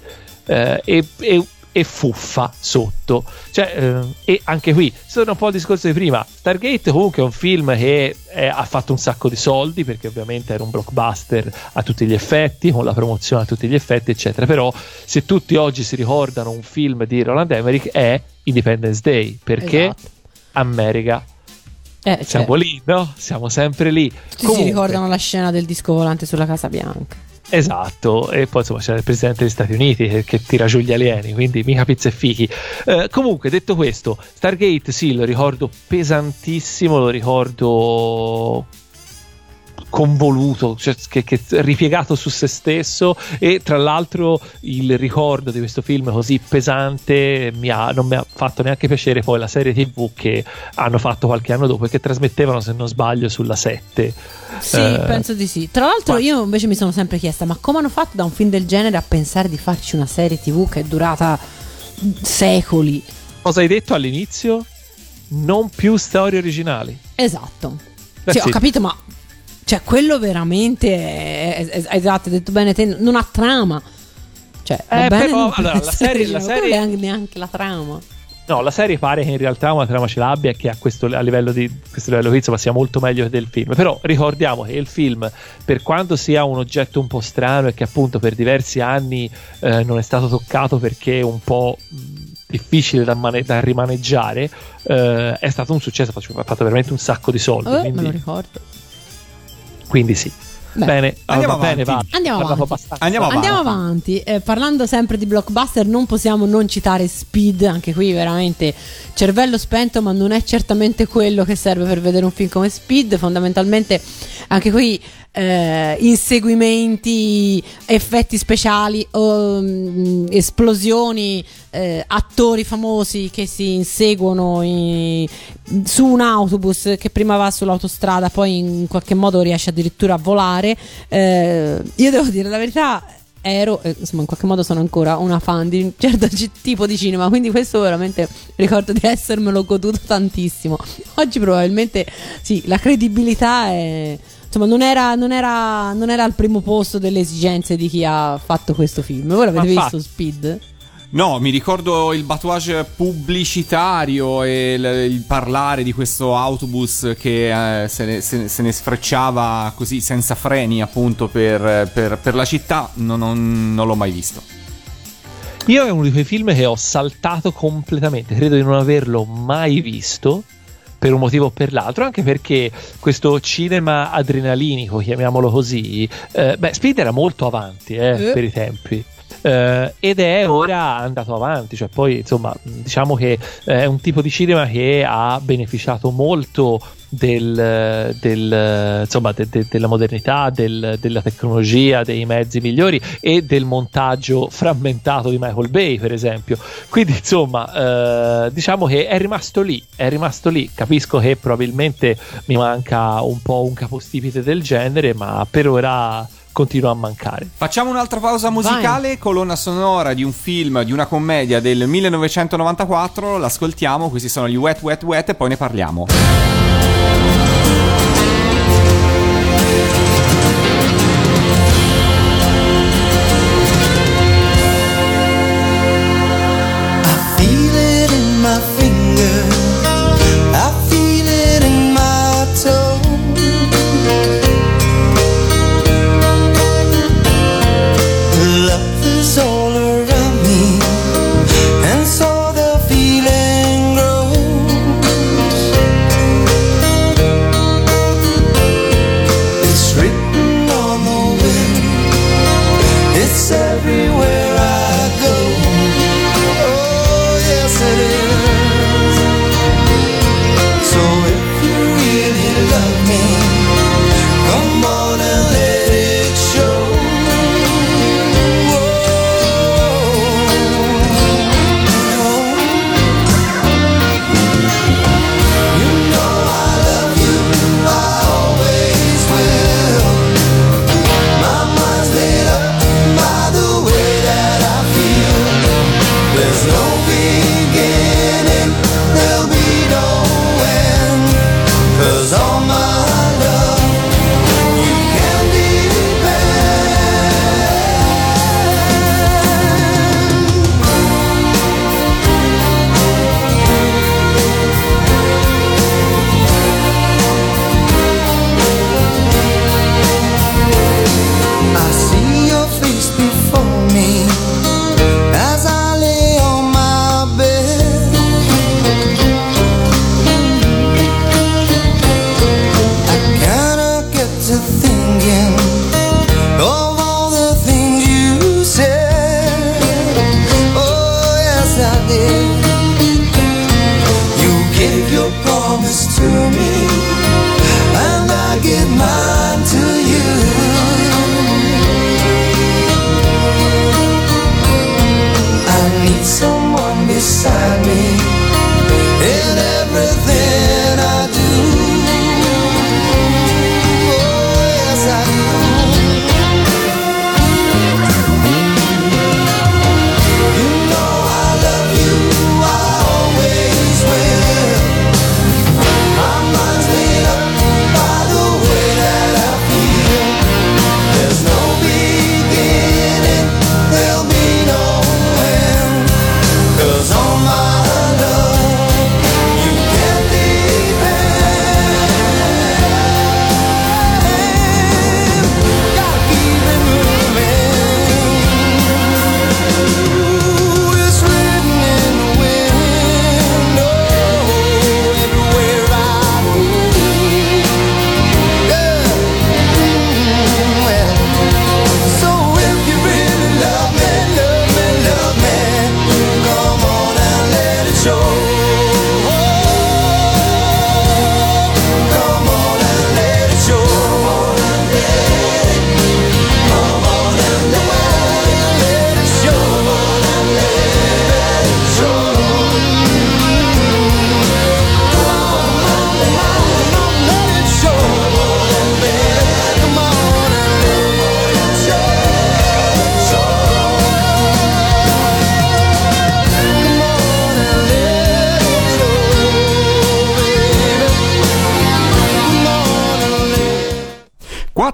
e fuffa sotto, cioè, e anche qui sono un po' il discorso di prima. Stargate comunque è un film che ha fatto un sacco di soldi, perché ovviamente era un blockbuster a tutti gli effetti, con la promozione a tutti gli effetti eccetera, però se tutti oggi si ricordano un film di Roland Emmerich è Independence Day, perché esatto. America, siamo lì, no? Siamo sempre lì. Tutti si ricordano la scena del disco volante sulla Casa Bianca. Esatto, e poi insomma c'era il presidente degli Stati Uniti che tira giù gli alieni, quindi mica pizza e fichi. Comunque, detto questo, Stargate sì, lo ricordo pesantissimo, lo ricordo convoluto, cioè che ripiegato su se stesso, e tra l'altro il ricordo di questo film così pesante non mi ha fatto neanche piacere poi la serie TV che hanno fatto qualche anno dopo e che trasmettevano, se non sbaglio, sulla 7. Sì, penso di sì. Tra l'altro io invece mi sono sempre chiesta, ma come hanno fatto da un film del genere a pensare di farci una serie TV che è durata secoli? Cosa hai detto all'inizio? Non più storie originali. Esatto. That's Sì, ho it. capito, ma cioè quello veramente esatto, hai detto bene te, non ha trama. Cioè, va bene, però, non allora, può la essere serie- la originale, serie- quello neanche la trama. No, la serie pare che in realtà una trama ce l'abbia e che a livello qui insomma sia molto meglio del film. Però ricordiamo che il film, per quanto sia un oggetto un po' strano e che appunto per diversi anni non è stato toccato perché è un po' difficile da rimaneggiare, è stato un successo, ha fatto veramente un sacco di soldi. Me lo Quindi, ricordo. quindi sì. Beh, Bene, andiamo va bene, avanti. va. Andiamo Parlavo avanti. abbastanza. Andiamo avanti. Parlando sempre di blockbuster, non possiamo non citare Speed. Anche qui veramente cervello spento, ma non è certamente quello che serve per vedere un film come Speed. Fondamentalmente anche qui inseguimenti, effetti speciali, esplosioni, attori famosi che si inseguono su un autobus che prima va sull'autostrada, poi in qualche modo riesce addirittura a volare. Io devo dire la verità, insomma, in qualche modo sono ancora una fan di un certo tipo di cinema, quindi questo veramente ricordo di essermelo goduto tantissimo. Oggi probabilmente sì, la credibilità è, insomma, non era al primo posto delle esigenze di chi ha fatto questo film. Voi l'avete visto Speed? No, mi ricordo il batouage pubblicitario e il parlare di questo autobus che se ne sfrecciava così senza freni appunto per la città. Non l'ho mai visto. Io è uno di quei film che ho saltato completamente, credo di non averlo mai visto per un motivo o per l'altro, anche perché questo cinema adrenalinico, chiamiamolo così, Speed era molto avanti per i tempi. Ed è ora andato avanti, cioè poi insomma diciamo che è un tipo di cinema che ha beneficiato molto della modernità, della tecnologia, dei mezzi migliori e del montaggio frammentato di Michael Bay, per esempio. Quindi insomma diciamo che è rimasto lì. Capisco che probabilmente mi manca un po' un capostipite del genere, ma per ora continua a mancare. Facciamo un'altra pausa musicale. Vai. Colonna sonora di un film, di una commedia del 1994. L'ascoltiamo. Questi sono gli Wet Wet Wet e poi ne parliamo. Feel it in my finger, I feel it in my toe. Love is all around me, and so the feeling grows.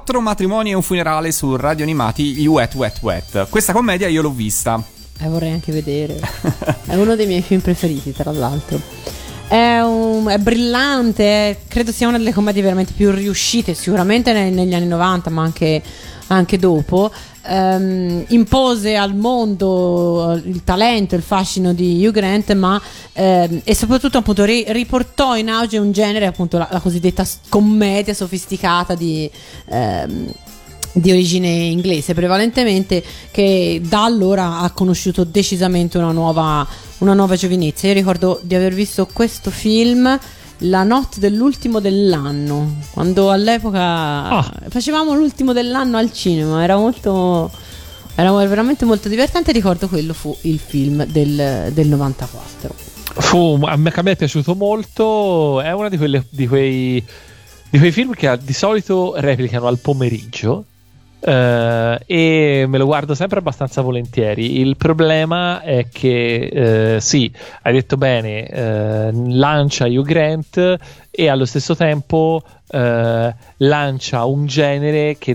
4 matrimoni e un funerale su Radio Animati, gli Wet Wet Wet. Questa commedia io l'ho vista. Vorrei anche vedere. È uno dei miei film preferiti, tra l'altro. È brillante, credo sia una delle commedie veramente più riuscite, sicuramente negli anni 90, ma anche dopo. Impose al mondo il talento, il fascino di Hugh Grant, ma e soprattutto appunto riportò in auge un genere, appunto la cosiddetta commedia sofisticata di origine inglese prevalentemente, che da allora ha conosciuto decisamente una nuova giovinezza. Io ricordo di aver visto questo film la notte dell'ultimo dell'anno, quando all'epoca facevamo l'ultimo dell'anno al cinema, era veramente molto divertente. Ricordo quello fu il film del 94. A me è piaciuto molto, è uno di quei film che di solito replicano al pomeriggio. E me lo guardo sempre abbastanza volentieri. Il problema è che sì, hai detto bene, lancia Hugh Grant e allo stesso tempo lancia un genere che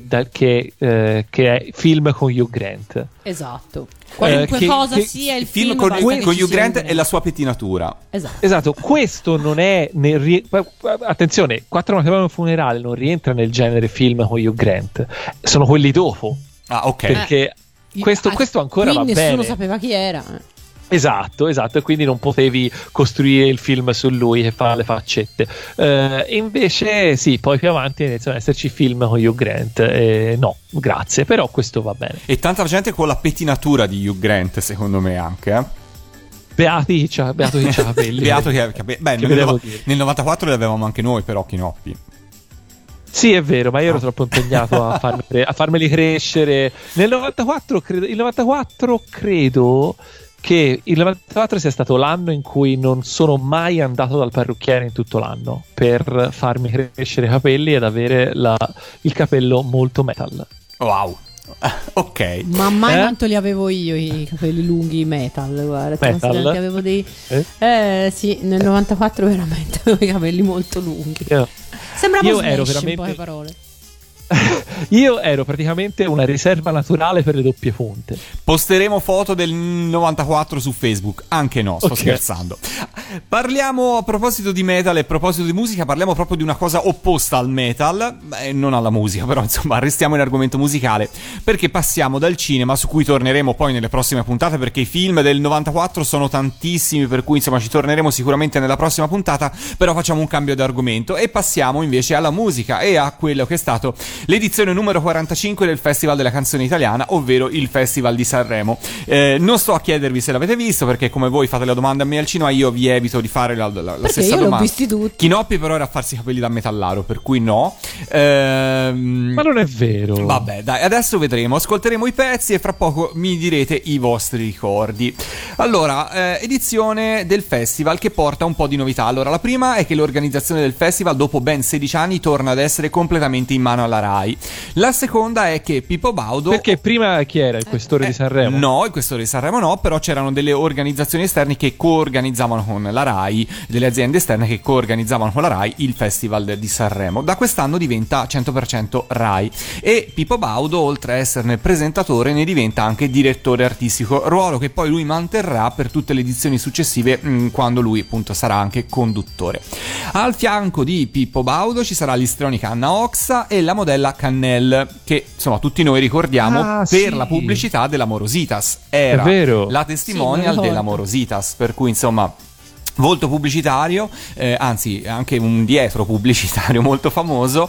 è film con Hugh Grant. Esatto. Qualunque cosa sia il film con Hugh Grant e la sua pettinatura. Esatto. Questo non è attenzione, 4 matrimoni e un funerale non rientra nel genere film con Hugh Grant, sono quelli dopo. Ah, ok. Perché questo ancora va bene. Nessuno sapeva chi era. Esatto, e quindi non potevi costruire il film su lui che fa le faccette. Invece sì, poi più avanti iniziano ad esserci film con Hugh Grant. No, grazie, però questo va bene. E tanta gente con la pettinatura di Hugh Grant, secondo me anche. Beato chi c'ha capelli. Beato che beh, nel 94 li avevamo anche noi, però Chinoppi. Sì, è vero, ma io ero troppo impegnato a farmeli crescere. Nel 94 credo che il 94 sia stato l'anno in cui non sono mai andato dal parrucchiere in tutto l'anno per farmi crescere i capelli ed avere il capello molto metal. Wow. Ok. Ma mai quanto li avevo io i capelli lunghi metal, guarda. Metal? Che avevo dei sì, nel 94 veramente avevo i capelli molto lunghi. Sembrava io Slash, ero veramente... in poche parole. Io ero praticamente una riserva naturale per le doppie punte. Posteremo foto del 94 su Facebook. Anche no, sto scherzando. Parliamo, a proposito di metal e a proposito di musica, parliamo proprio di una cosa opposta al metal, non alla musica, però insomma restiamo in argomento musicale, perché passiamo dal cinema, su cui torneremo poi nelle prossime puntate, perché i film del 94 sono tantissimi, per cui insomma ci torneremo sicuramente nella prossima puntata. Però facciamo un cambio di argomento e passiamo invece alla musica e a quello che è stato l'edizione numero 45 del Festival della Canzone Italiana, ovvero il Festival di Sanremo. Non sto a chiedervi se l'avete visto, perché come voi fate la domanda a me al cinema, io vi evito di fare la stessa io domanda. L'ho visti tutti. Chinoppi però era a farsi i capelli da metallaro, per cui no. Ma non è vero. Vabbè, dai, adesso vedremo, ascolteremo i pezzi e fra poco mi direte i vostri ricordi. Allora, edizione del festival che porta un po' di novità. Allora, la prima è che l'organizzazione del festival dopo ben 16 anni torna ad essere completamente in mano alla Rai. La seconda è che Pippo Baudo... Perché prima chi era il questore di Sanremo? No, il questore di Sanremo no, però c'erano delle organizzazioni esterne che coorganizzavano con la Rai, delle aziende esterne che coorganizzavano con la Rai il Festival di Sanremo. Da quest'anno diventa 100% Rai e Pippo Baudo, oltre a esserne presentatore, ne diventa anche direttore artistico, ruolo che poi lui manterrà per tutte le edizioni successive, quando lui appunto sarà anche conduttore. Al fianco di Pippo Baudo ci sarà l'istrionica Anna Oxa e la modella Cannelle, che insomma tutti noi ricordiamo per la pubblicità della Morositas. Era la testimonial della Morositas, per cui insomma volto pubblicitario, anzi anche un dietro pubblicitario molto famoso,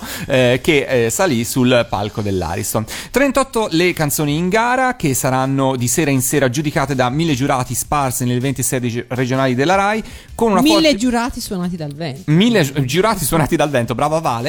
che salì sul palco dell'Ariston. 38 le canzoni in gara, che saranno di sera in sera giudicate da 1000 giurati sparsi nelle 20 sedi regionali della Rai, con una 1000 giurati suonati dal vento. 1000 giurati suonati dal vento, brava Vale.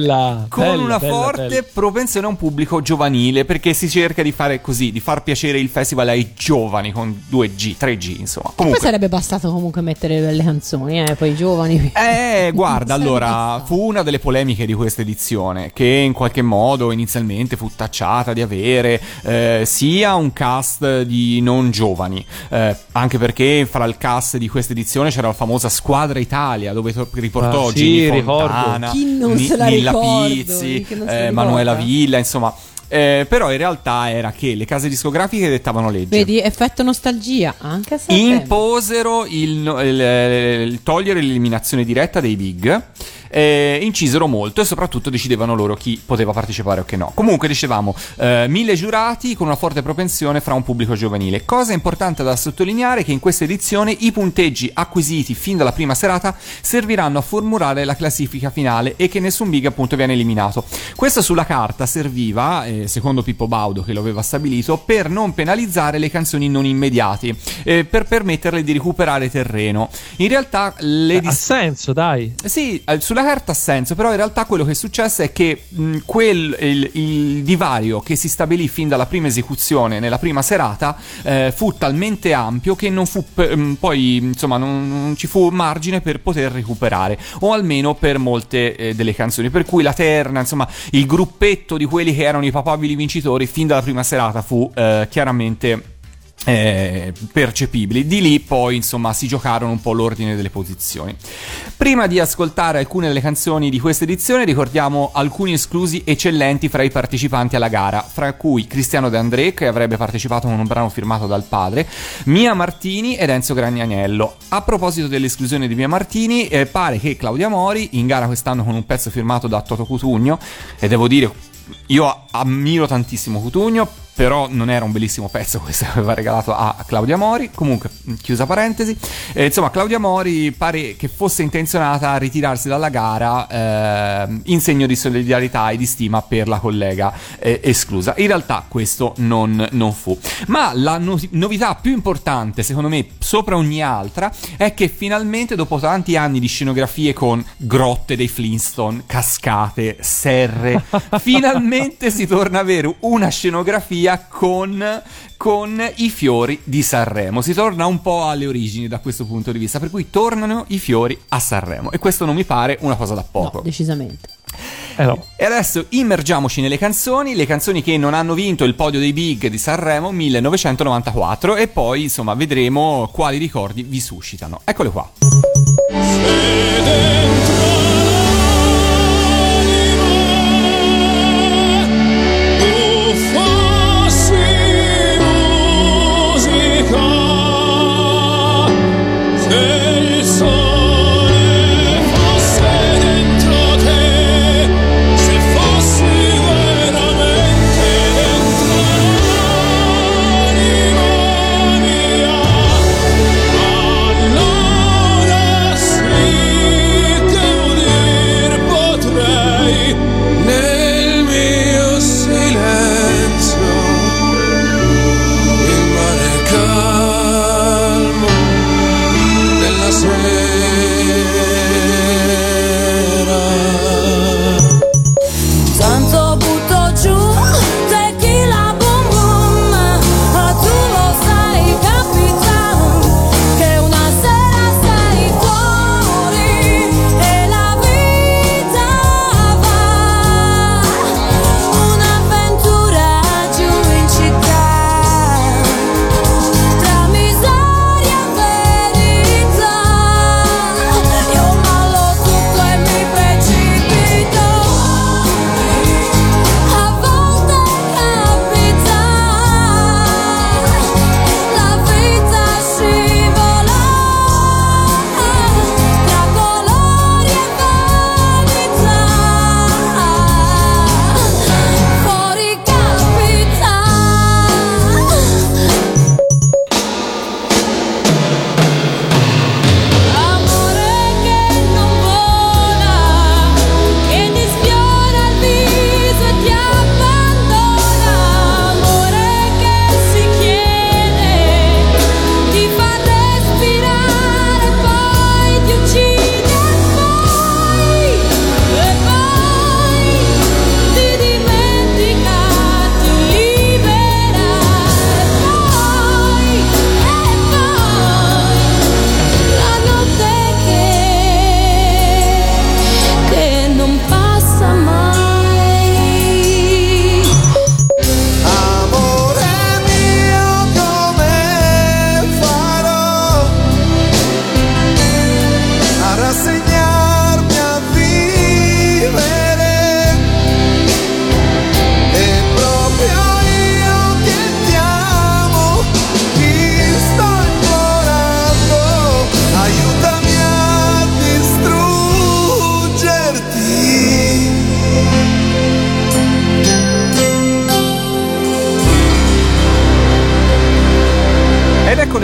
Con una forte propensione a un pubblico giovanile, perché si cerca di fare così, di far piacere il festival ai giovani con 2G, 3G, insomma. Comunque, poi sarebbe bastato comunque mettere le canzoni, poi i giovani. Guarda, allora, fu una delle polemiche di questa edizione, che in qualche modo inizialmente fu tacciata di avere sia un cast di non giovani, anche perché fra il cast di questa edizione c'era la famosa Squadra Italia, dove riportò Gini Fontana, Chi non se la Nilla ricordo, Pizzi, chi non se la Manuela ricorda. Villa, insomma. Però in realtà era che le case discografiche dettavano legge. Vedi, effetto nostalgia, anche a Sanremo. Imposero il togliere l'eliminazione diretta dei big, incisero molto e soprattutto decidevano loro chi poteva partecipare o che no. Comunque dicevamo 1000 giurati con una forte propensione fra un pubblico giovanile. Cosa importante da sottolineare è che in questa edizione i punteggi acquisiti fin dalla prima serata serviranno a formulare la classifica finale e che nessun big appunto viene eliminato. Questo sulla carta serviva, secondo Pippo Baudo che lo aveva stabilito, per non penalizzare le canzoni non immediati, per permetterle di recuperare terreno. In realtà ha senso, dai. Sì, sulla carta ha senso, però in realtà quello che è successo è che il divario che si stabilì fin dalla prima esecuzione nella prima serata fu talmente ampio che non fu poi insomma non ci fu margine per poter recuperare, o almeno per molte delle canzoni, per cui la terna, insomma il gruppetto di quelli che erano i papabili vincitori fin dalla prima serata fu chiaramente percepibili. Di lì poi insomma si giocarono un po' l'ordine delle posizioni. Prima di ascoltare alcune delle canzoni di questa edizione ricordiamo alcuni esclusi eccellenti fra i partecipanti alla gara, fra cui Cristiano De André, che avrebbe partecipato con un brano firmato dal padre, Mia Martini ed Enzo Gragnaniello. A proposito dell'esclusione di Mia Martini, pare che Claudia Mori in gara quest'anno con un pezzo firmato da Toto Cutugno, e devo dire io ammiro tantissimo Cutugno, però non era un bellissimo pezzo questo che aveva regalato a Claudia Mori. Comunque, chiusa parentesi, insomma Claudia Mori pare che fosse intenzionata a ritirarsi dalla gara in segno di solidarietà e di stima per la collega esclusa. In realtà questo non fu, ma la novità più importante secondo me sopra ogni altra è che finalmente, dopo tanti anni di scenografie con grotte dei Flintstone, cascate, serre, finalmente si torna ad avere una scenografia con i fiori di Sanremo. Si torna un po' alle origini da questo punto di vista, per cui tornano i fiori a Sanremo, e questo non mi pare una cosa da poco. No, decisamente. No. E adesso immergiamoci nelle canzoni, le canzoni che non hanno vinto il podio dei big di Sanremo 1994, e poi insomma vedremo quali ricordi vi suscitano. Eccole qua.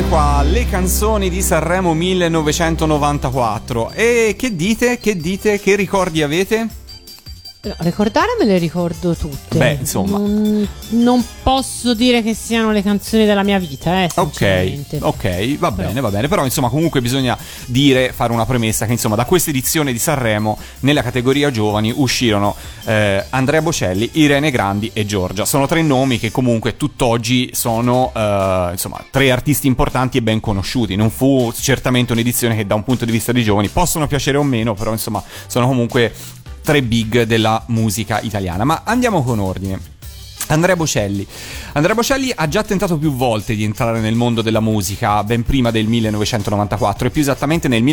qua, le canzoni di Sanremo 1994. E che dite? Che ricordi avete? Ricordare me le ricordo tutte. Beh, insomma. Non posso dire che siano le canzoni della mia vita, sinceramente. Ok, va bene. Però insomma comunque bisogna fare una premessa che insomma da questa edizione di Sanremo nella categoria giovani uscirono Andrea Bocelli, Irene Grandi e Giorgia. Sono 3 nomi che comunque tutt'oggi sono insomma 3 artisti importanti e ben conosciuti. Non fu certamente un'edizione che da un punto di vista di giovani possono piacere o meno, però insomma sono comunque 3 big della musica italiana. Ma andiamo con ordine. Andrea Bocelli ha già tentato più volte di entrare nel mondo della musica, ben prima del 1994 e più esattamente nel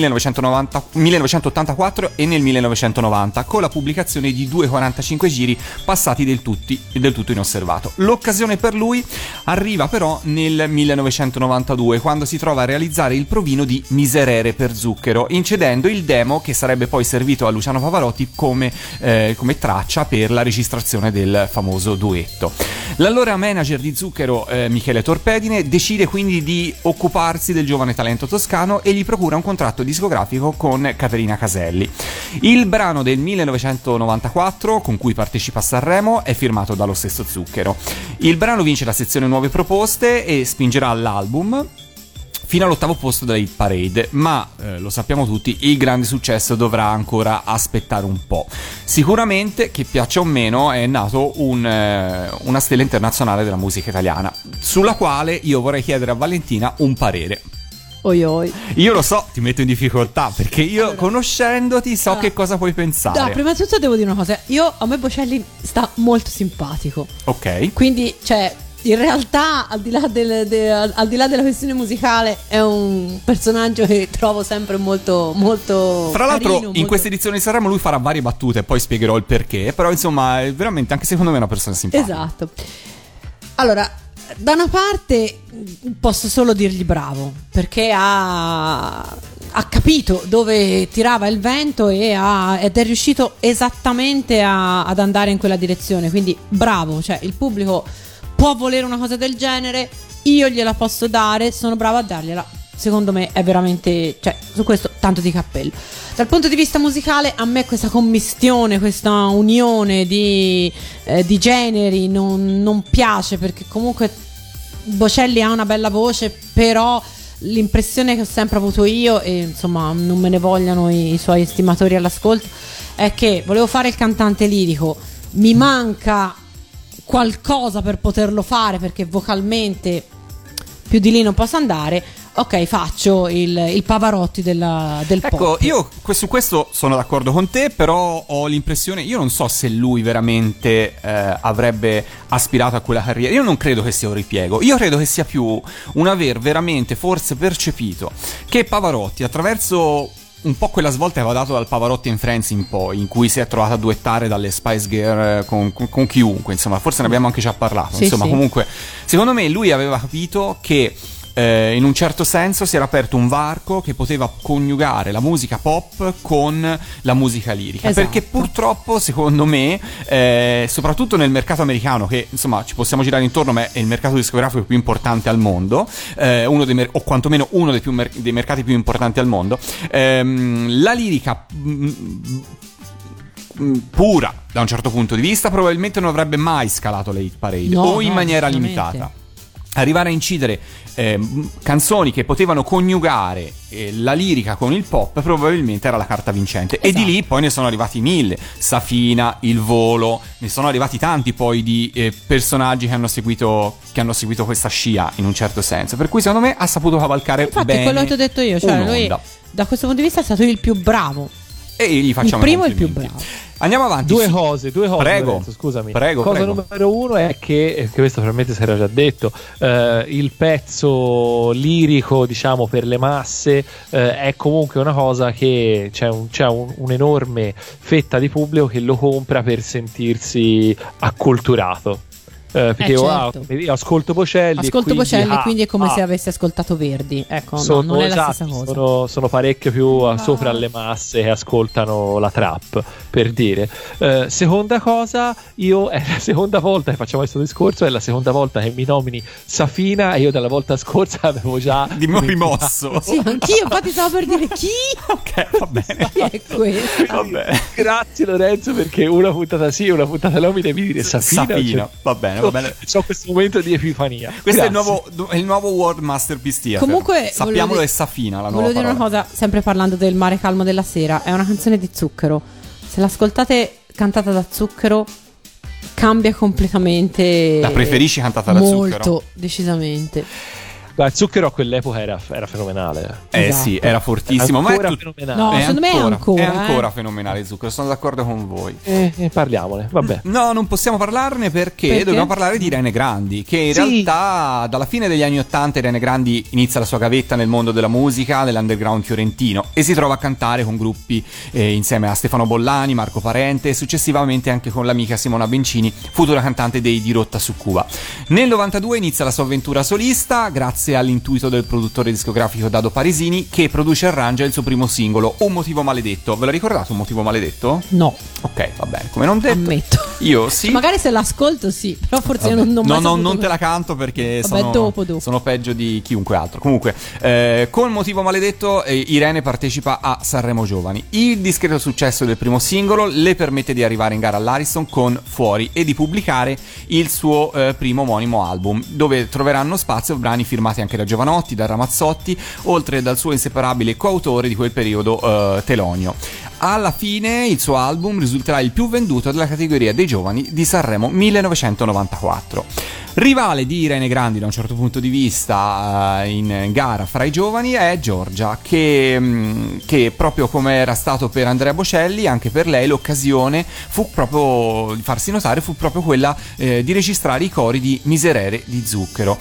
1984 e nel 1990, con la pubblicazione di 2 45 giri passati del tutto inosservato. L'occasione per lui arriva però nel 1992, quando si trova a realizzare il provino di Miserere per Zucchero, incedendo il demo che sarebbe poi servito a Luciano Pavarotti come traccia per la registrazione del famoso duetto. L'allora manager di Zucchero, Michele Torpedine, decide quindi di occuparsi del giovane talento toscano e gli procura un contratto discografico con Caterina Caselli. Il brano del 1994 con cui partecipa a Sanremo è firmato dallo stesso Zucchero. Il brano vince la sezione nuove proposte e spingerà l'album fino all'8° posto della Hit Parade, ma lo sappiamo tutti, il grande successo dovrà ancora aspettare un po'. Sicuramente, che piaccia o meno, è nato una stella internazionale della musica italiana, sulla quale io vorrei chiedere a Valentina un parere. Oi. Io lo so, ti metto in difficoltà, perché io conoscendoti so che cosa puoi pensare. No, prima di tutto devo dire una cosa, a me Bocelli sta molto simpatico. Ok. Quindi, in realtà, al di là della questione musicale, è un personaggio che trovo sempre molto, molto Fra l'altro, carino, in questa edizione di Sanremo lui farà varie battute, poi spiegherò il perché. Però, insomma, è veramente, anche secondo me, una persona simpatica. Esatto. Allora, da una parte posso solo dirgli bravo, perché ha capito dove tirava il vento ed è riuscito esattamente ad andare in quella direzione. Quindi bravo, il pubblico può volere una cosa del genere, io gliela posso dare, sono brava a dargliela. Secondo me è veramente, su questo tanto di cappello. Dal punto di vista musicale, a me questa commistione, questa unione di generi non piace, perché comunque Bocelli ha una bella voce, però l'impressione che ho sempre avuto io, e insomma non me ne vogliano i suoi estimatori all'ascolto, è che volevo fare il cantante lirico, mi manca qualcosa per poterlo fare, perché vocalmente più di lì non posso andare. Ok, faccio il Pavarotti del pop. Io su questo sono d'accordo con te, però ho l'impressione, io non so se lui veramente avrebbe aspirato a quella carriera. Io non credo che sia un ripiego, io credo che sia più un aver veramente forse percepito che Pavarotti, attraverso un po' quella svolta che aveva dato dal Pavarotti and Friends in poi, in cui si è trovato a duettare dalle Spice Girl con chiunque, insomma, forse ne abbiamo anche già parlato, sì, insomma, sì. Comunque, secondo me lui aveva capito che in un certo senso si era aperto un varco che poteva coniugare la musica pop con la musica lirica. Esatto. Perché purtroppo, secondo me, soprattutto nel mercato americano, che insomma ci possiamo girare intorno, ma è il mercato discografico più importante al mondo, o quantomeno uno dei mercati più importanti al mondo, la lirica pura da un certo punto di vista probabilmente non avrebbe mai scalato le hit parade, o in maniera limitata. Arrivare a incidere canzoni che potevano coniugare la lirica con il pop probabilmente era la carta vincente. Esatto. E di lì poi ne sono arrivati 1000, Safina, Il Volo, ne sono arrivati tanti poi di personaggi che hanno seguito questa scia in un certo senso, per cui secondo me ha saputo cavalcare bene. Infatti quello che ti ho detto io, lui da questo punto di vista è stato il più bravo. E gli facciamo il primo e il più bravo. Andiamo avanti. Due cose. Prego. Lorenzo, scusami. Cosa prego. numero uno è che questo probabilmente si era già detto, il pezzo lirico, diciamo, per le masse è comunque una cosa che c'è un'enorme fetta di pubblico che lo compra per sentirsi acculturato. perché io, certo. io ascolto Bocelli. Ascolto Bocelli, quindi è come se ah, avessi ascoltato Verdi. Ecco, sono, no, non è la esatto, stessa cosa. sono parecchio più sopra alle masse che ascoltano la trap, per dire. Seconda cosa, io è la seconda volta che facciamo questo discorso, è la seconda volta che mi nomini Safina, e io dalla volta scorsa avevo già rimosso. Sì, anch'io, infatti stavo per dire chi? Ok, va bene. Chi è questo? Vabbè. Grazie Lorenzo, perché una puntata sì, una puntata no, mi devi dire Safina. Safina, va bene, va bene. C'ho questo momento di epifania. Questo è Grazie. il nuovo World Masterpiece Theater. Comunque, sappiamolo, è Safina la nuova volevo dire una parola. cosa, sempre parlando del Mare calmo della sera, è una canzone di Zucchero. Se l'ascoltate cantata da Zucchero cambia completamente. La preferisci cantata da Zucchero? Molto, decisamente. Guarda, Zucchero a quell'epoca era fenomenale. Esatto. Sì, era fortissimo. Ma è Ancora tutto. fenomenale. No, secondo me è ancora. È ancora fenomenale Zucchero, sono d'accordo con voi. Parliamone, vabbè. No, non possiamo parlarne perché dobbiamo parlare di Irene Grandi, che in Sì. realtà dalla fine degli anni '80 Irene Grandi inizia la sua gavetta nel mondo della musica, dell'underground fiorentino, e si trova a cantare con gruppi insieme a Stefano Bollani, Marco Parente e successivamente anche con l'amica Simona Bencini, futura cantante dei Dirotta su Cuba. Nel 92 inizia la sua avventura solista grazie all'intuito del produttore discografico Dado Parisini, che produce e arrangia il suo primo singolo, Un motivo maledetto. Ve lo ricordate Un motivo maledetto? No, Ok, va bene, come non detto. ammetto. Io sì. Magari se l'ascolto sì, però forse Vabbè. non mai saputo non te come- la canto perché Vabbè, dopo. sono peggio di chiunque altro. Comunque, con Motivo Maledetto, Irene partecipa a Sanremo Giovani. Il discreto successo del primo singolo le permette di arrivare in gara all'Ariston con Fuori e di pubblicare il suo primo omonimo album, dove troveranno spazio brani firmati anche da Giovanotti, da Ramazzotti, oltre dal suo inseparabile coautore di quel periodo, Telonio. Alla fine il suo album risulterà il più venduto della categoria dei giovani di Sanremo 1994. Rivale di Irene Grandi da un certo punto di vista in gara fra i giovani è Giorgia, che proprio come era stato per Andrea Bocelli, anche per lei l'occasione fu proprio di farsi notare, fu proprio quella di registrare i cori di Miserere di Zucchero.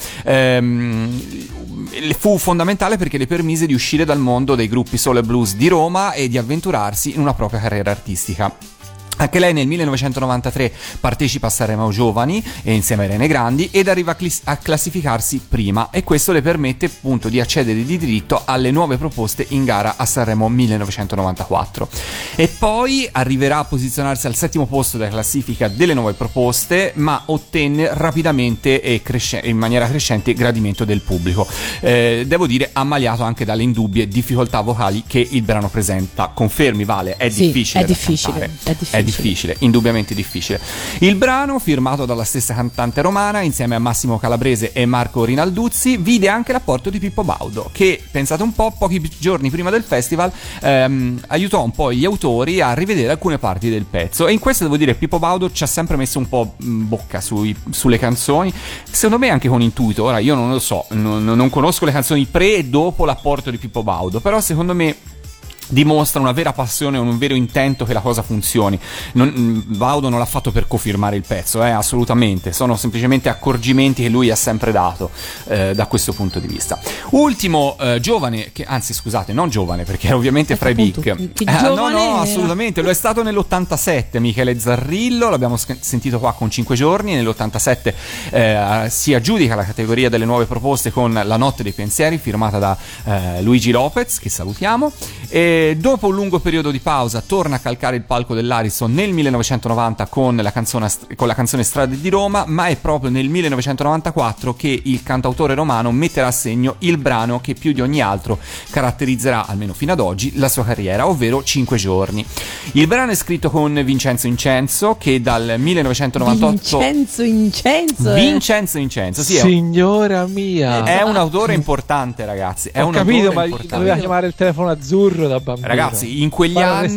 Fu fondamentale perché le permise di uscire dal mondo dei gruppi soul e blues di Roma e di avventurarsi in una propria carriera artistica. Anche lei nel 1993 partecipa a Sanremo Giovani insieme a Irene Grandi ed arriva a classificarsi prima, e questo le permette appunto di accedere di diritto alle nuove proposte in gara a Sanremo 1994. E poi arriverà a posizionarsi al 7° posto della classifica delle nuove proposte, ma ottenne rapidamente e in maniera crescente gradimento del pubblico. Devo dire ammaliato anche dalle indubbie difficoltà vocali che il brano presenta. Confermi, Vale? È Sì, difficile è da difficile, cantare. è difficile. Indubbiamente difficile. Il brano, firmato dalla stessa cantante romana insieme a Massimo Calabrese e Marco Rinalduzzi, vide anche l'apporto di Pippo Baudo, che, pensate un po', pochi giorni prima del festival aiutò un po' gli autori a rivedere alcune parti del pezzo, e in questo devo dire Pippo Baudo ci ha sempre messo un po' bocca sulle canzoni, secondo me anche con intuito. Ora io non lo so, non conosco le canzoni pre e dopo l'apporto di Pippo Baudo, però secondo me dimostra una vera passione, un vero intento che la cosa funzioni. Baudo non l'ha fatto per cofirmare il pezzo, assolutamente, sono semplicemente accorgimenti che lui ha sempre dato da questo punto di vista. Ultimo giovane, anzi scusate, non giovane perché era ovviamente fra i big. No, assolutamente, lo è stato nell'87 Michele Zarrillo, l'abbiamo sentito qua con 5 giorni, nell'87 si aggiudica la categoria delle nuove proposte con La notte dei pensieri, firmata da Luigi Lopez, che salutiamo. E dopo un lungo periodo di pausa torna a calcare il palco dell'Ariston nel 1990 con la canzone Strade di Roma, ma è proprio nel 1994 che il cantautore romano metterà a segno il brano che più di ogni altro caratterizzerà, almeno fino ad oggi, la sua carriera, ovvero 5 giorni. Il brano è scritto con Vincenzo Incenso, che dal 1998 Vincenzo Incenso, sì, signora mia, è un autore importante, ragazzi. Ho capito, ma doveva chiamare il telefono azzurro da bambino. Ragazzi, in quegli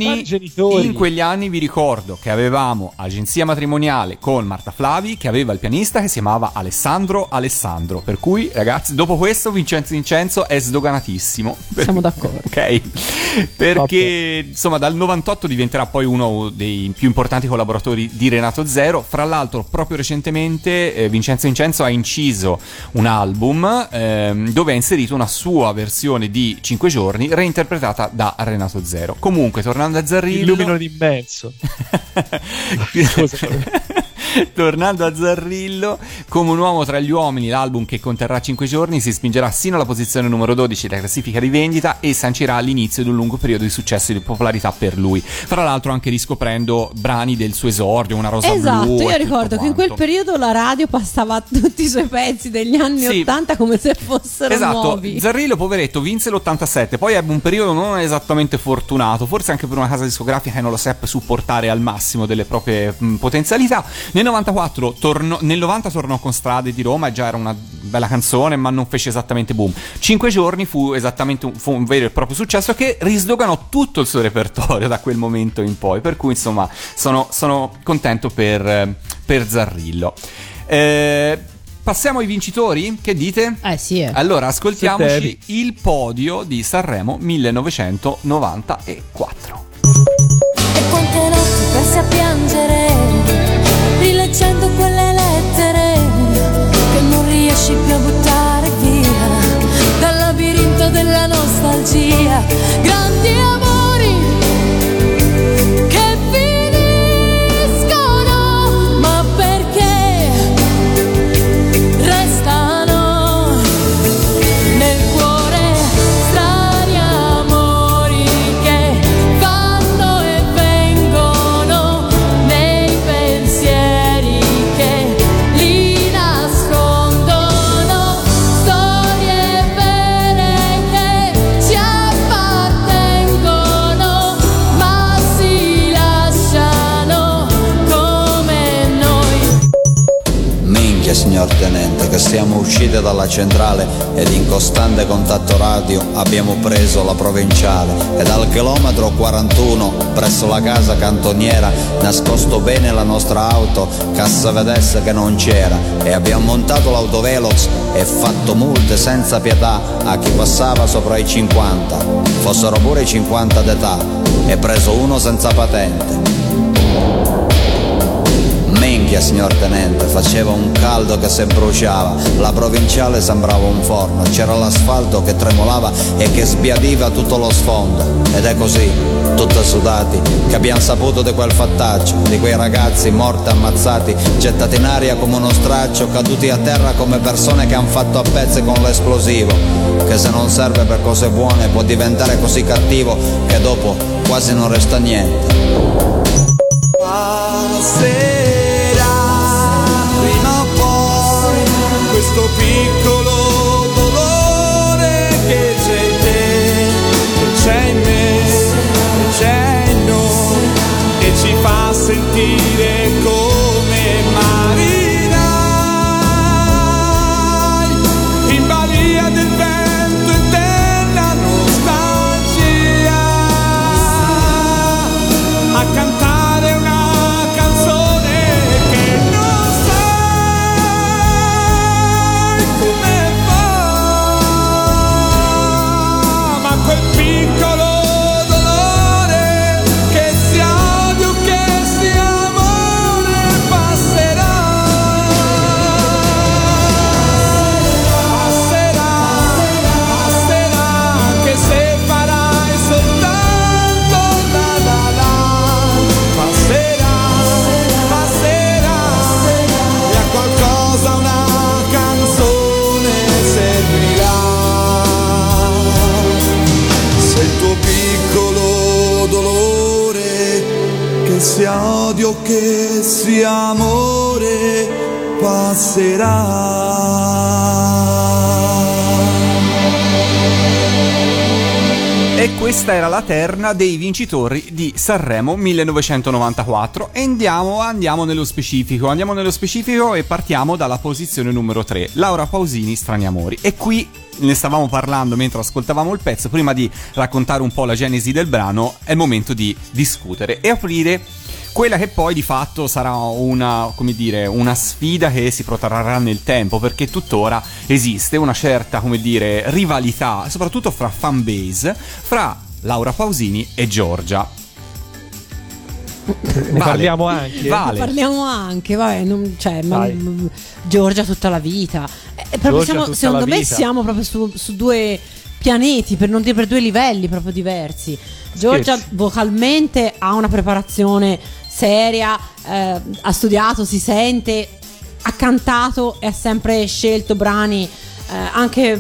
anni vi ricordo che avevamo agenzia matrimoniale con Marta Flavi, che aveva il pianista che si chiamava Alessandro, per cui ragazzi, dopo questo Vincenzo Incenso è sdoganatissimo. Siamo d'accordo. Ok, perché insomma dal 98 diventerà poi uno dei più importanti collaboratori di Renato Zero. Fra l'altro proprio recentemente Vincenzo Incenso ha inciso un album dove ha inserito una sua versione di 5 giorni reinterpretata da Renato Zero. Comunque, tornando a Zarrillo, illumino d'immenso. Tornando a Zarrillo, come un uomo tra gli uomini, l'album che conterrà 5 giorni si spingerà sino alla posizione numero 12 della classifica di vendita e sancirà l'inizio di un lungo periodo di successo e di popolarità per lui. Fra l'altro anche riscoprendo brani del suo esordio, Una rosa esatto, blu. Io ricordo che in quel periodo la radio passava tutti i suoi pezzi degli anni 80 come se fossero nuovi. Zarrillo, poveretto, vinse l'87, poi ebbe un periodo non esattamente fortunato, forse anche per una casa discografica che non lo seppe supportare al massimo delle proprie potenzialità. Nel 90 tornò con Strade di Roma e già era una bella canzone, ma non fece esattamente boom. 5 giorni fu un vero e proprio successo che risdoganò tutto il suo repertorio da quel momento in poi, per cui insomma sono contento per Zarrillo. Passiamo ai vincitori, che dite? Sì. Allora ascoltiamoci il podio di Sanremo 1994. E quante notti persi a piangere, rileggendo quelle lettere che non riesci più a buttare via dal labirinto della nostalgia. Grandi amori che finiscono, ma perché restano nel cuore strani amori che vanno e vengono nei pensieri che li nascondono, storie vere che ci appartengono ma si lasciano come noi. Minchia signor tenente, che siamo usciti dalla centrale ed in costante contatto radio abbiamo preso la provinciale, e dal chilometro 41 presso la casa cantoniera nascosto bene la nostra auto cassa vedesse che non c'era, e abbiamo montato l'autovelox e fatto multe senza pietà a chi passava sopra i 50, fossero pure i 50 d'età, e preso uno senza patente. Minchia signor tenente, faceva un caldo che se bruciava, la provinciale sembrava un forno, c'era l'asfalto che tremolava e che sbiadiva tutto lo sfondo, ed è così, tutti sudati, che abbiamo saputo di quel fattaccio, di quei ragazzi morti ammazzati, gettati in aria come uno straccio, caduti a terra come persone che han fatto a pezzi con l'esplosivo, che se non serve per cose buone può diventare così cattivo che dopo quasi non resta niente. Prima o poi questo piccolo dolore che c'è in te, che c'è in me, che c'è in noi, e ci fa sentire come marinai in balia del vento e della nostalgia, a cantare una sia odio, che sia amore, passerà. E questa era la terna dei vincitori di Sanremo 1994 e andiamo nello specifico e partiamo dalla posizione numero 3, Laura Pausini, Strani Amori. E qui ne stavamo parlando mentre ascoltavamo il pezzo. Prima di raccontare un po' la genesi del brano è il momento di discutere e aprire quella che poi di fatto sarà una sfida che si protrarrà nel tempo, perché tuttora esiste una certa, rivalità, soprattutto fra fanbase, fra Laura Pausini e Giorgia. Ne parliamo anche. Vale. Parliamo anche, vabbè, Giorgia tutta la vita. Secondo me siamo proprio su due pianeti, per non dire per due livelli proprio diversi. Giorgia vocalmente ha una preparazione seria, ha studiato, si sente, ha cantato e ha sempre scelto brani anche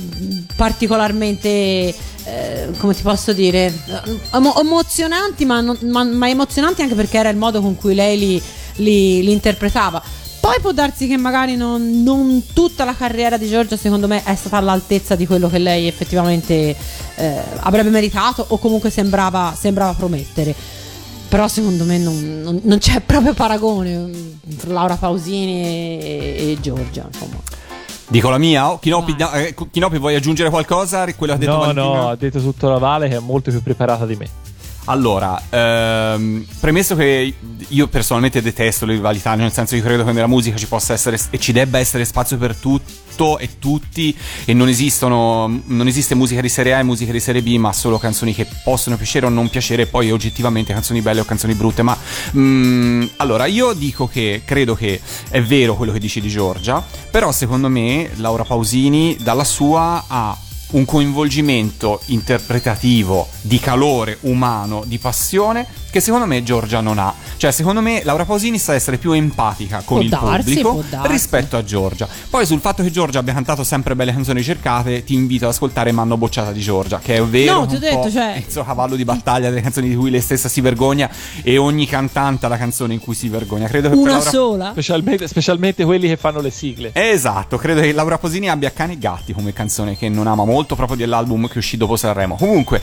particolarmente come ti posso dire, emozionanti, ma emozionanti anche perché era il modo con cui lei li interpretava. Poi può darsi che magari non tutta la carriera di Giorgia, secondo me, è stata all'altezza di quello che lei effettivamente avrebbe meritato, o comunque sembrava promettere. Però secondo me non c'è proprio paragone tra Laura Pausini e Giorgia, insomma. Dico la mia? Chinopi, vuoi aggiungere qualcosa? Quello ha detto Valentina? No, ha detto tutto la Vale, che è molto più preparata di me. Allora, premesso che io personalmente detesto le rivalità, nel senso che credo che nella musica ci possa essere e ci debba essere spazio per tutto e tutti, e non esiste musica di serie A e musica di serie B, ma solo canzoni che possono piacere o non piacere, e poi oggettivamente canzoni belle o canzoni brutte. Ma allora, io dico che credo che è vero quello che dici di Giorgia, però secondo me Laura Pausini dalla sua ha un coinvolgimento interpretativo, di calore umano, di passione, che secondo me Giorgia non ha. Cioè, secondo me Laura Pausini sa essere più empatica con il pubblico rispetto a Giorgia. Poi sul fatto che Giorgia abbia cantato sempre belle canzoni cercate, ti invito ad ascoltare M'hanno bocciata di Giorgia, che è vero, no, ti ho detto, cioè, il suo cavallo di battaglia delle canzoni di cui lei stessa si vergogna, e ogni cantante ha la canzone in cui si vergogna. Credo che una per sola, specialmente quelli che fanno le sigle. Esatto, credo che Laura Pausini abbia Cani e Gatti come canzone, che non ama molto, proprio dell'album che uscì dopo Sanremo. Comunque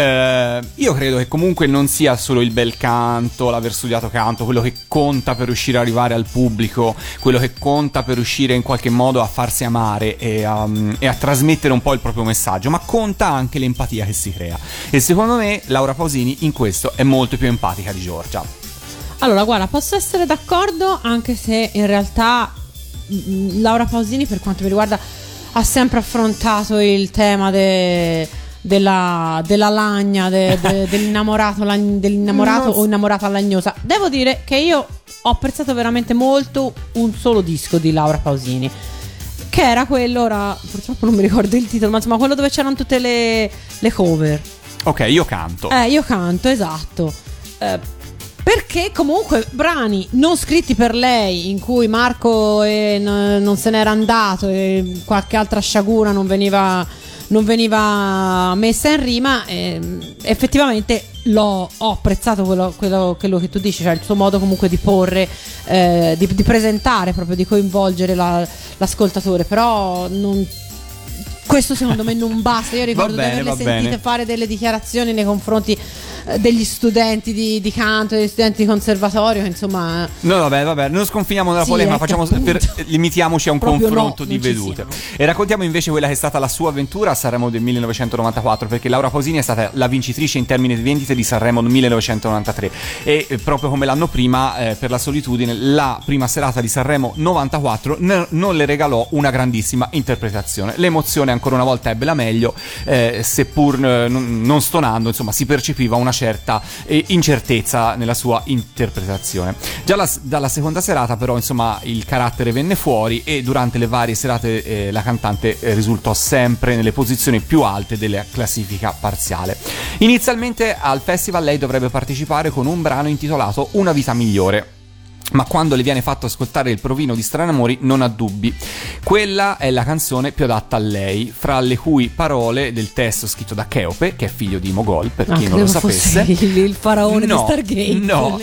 io credo che comunque non sia solo il bel canto, l'aver studiato canto, quello che conta per riuscire ad arrivare al pubblico, quello che conta per riuscire in qualche modo a farsi amare e a trasmettere un po' il proprio messaggio, ma conta anche l'empatia che si crea, e secondo me Laura Pausini in questo è molto più empatica di Giorgia. Allora, guarda, posso essere d'accordo, anche se in realtà Laura Pausini, per quanto mi riguarda, ha sempre affrontato il tema della lagna, dell'innamorato o innamorata lagnosa. Devo dire che io ho apprezzato veramente molto un solo disco di Laura Pausini, che era quello, ora purtroppo non mi ricordo il titolo, ma insomma quello dove c'erano tutte le cover. Ok, io canto, esatto. Perché comunque brani non scritti per lei, in cui Marco non se n'era andato e qualche altra sciagura non veniva messa in rima, effettivamente ho apprezzato quello che tu dici, cioè il suo modo comunque di porre, di presentare, proprio di coinvolgere l'ascoltatore. Però questo secondo me non basta. Io ricordo di averle sentite fare delle dichiarazioni nei confronti degli studenti di canto, degli studenti di conservatorio, insomma. No, vabbè, non sconfiniamo nella polemica, limitiamoci a un proprio confronto di vedute. E raccontiamo invece quella che è stata la sua avventura a Sanremo del 1994, perché Laura Pausini è stata la vincitrice in termini di vendite di Sanremo del 1993, e proprio come l'anno prima, per la solitudine, la prima serata di Sanremo 94 non le regalò una grandissima interpretazione. L'emozione ancora una volta ebbe la meglio, seppur non stonando, insomma, si percepiva una certa incertezza nella sua interpretazione. Già dalla seconda serata però, insomma, il carattere venne fuori, e durante le varie serate la cantante risultò sempre nelle posizioni più alte della classifica parziale. Inizialmente al festival lei dovrebbe partecipare con un brano intitolato Una vita migliore, ma quando le viene fatto ascoltare il provino di Stranamori non ha dubbi. Quella è la canzone più adatta a lei, fra le cui parole del testo scritto da Cheope, che è figlio di Mogol, per chi non lo sapesse. Il faraone di Stargate. No,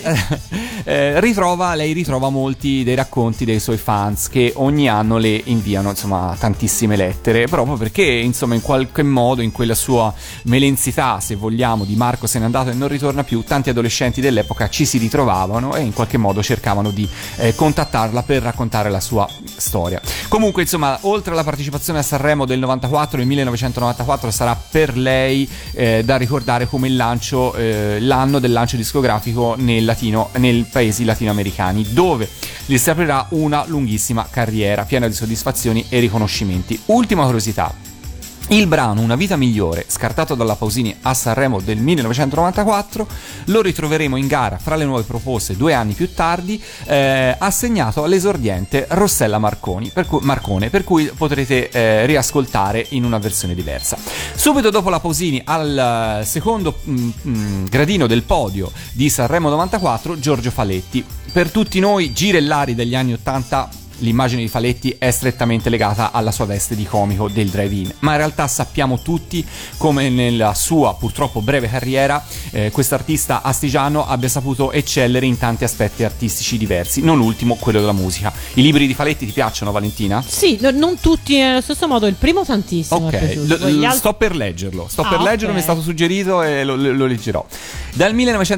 lei ritrova molti dei racconti dei suoi fans, che ogni anno le inviano, insomma, tantissime lettere, proprio perché, insomma, in qualche modo, in quella sua melenzità, se vogliamo, di Marco se n'è andato e non ritorna più, tanti adolescenti dell'epoca ci si ritrovavano e in qualche modo cercavano di contattarla per raccontare la sua storia. Comunque, insomma, oltre alla partecipazione a Sanremo del 94, il 1994 sarà per lei da ricordare come l'anno del lancio discografico nei paesi latinoamericani, dove gli si aprirà una lunghissima carriera piena di soddisfazioni e riconoscimenti. Ultima curiosità: Il brano Una vita migliore, scartato dalla Pausini a Sanremo del 1994, lo ritroveremo in gara fra le nuove proposte 2 anni più tardi, assegnato all'esordiente Rossella Marcone, per cui potrete riascoltare in una versione diversa. Subito dopo la Pausini, al secondo gradino del podio di Sanremo 94, Giorgio Faletti. Per tutti noi girellari degli anni 80, l'immagine di Faletti è strettamente legata alla sua veste di comico del drive-in, ma in realtà sappiamo tutti come nella sua purtroppo breve carriera quest'artista astigiano abbia saputo eccellere in tanti aspetti artistici diversi, non ultimo quello della musica. I libri di Faletti ti piacciono, Valentina? Sì, non tutti nello stesso modo, il primo tantissimo. Ok, sto per leggerlo, okay. Mi è stato suggerito e lo leggerò. Dal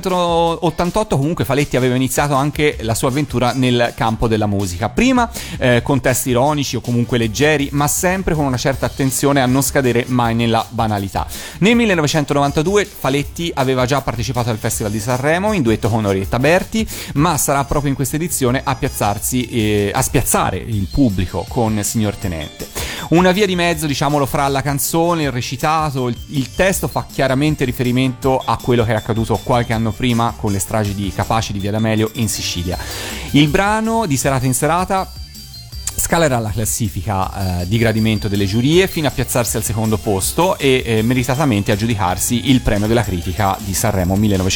1988 comunque Faletti aveva iniziato anche la sua avventura nel campo della musica, prima con testi ironici o comunque leggeri, ma sempre con una certa attenzione a non scadere mai nella banalità. Nel 1992 Faletti aveva già partecipato al Festival di Sanremo in duetto con Orietta Berti, ma sarà proprio in questa edizione a spiazzare il pubblico con Signor Tenente. Una via di mezzo, diciamolo, fra la canzone, il recitato, il testo fa chiaramente riferimento a quello che è accaduto qualche anno prima con le stragi di Capaci di Via D'Amelio in Sicilia. Il brano di serata in serata scalerà la classifica di gradimento delle giurie fino a piazzarsi al secondo posto e meritatamente a giudicarsi il premio della critica di Sanremo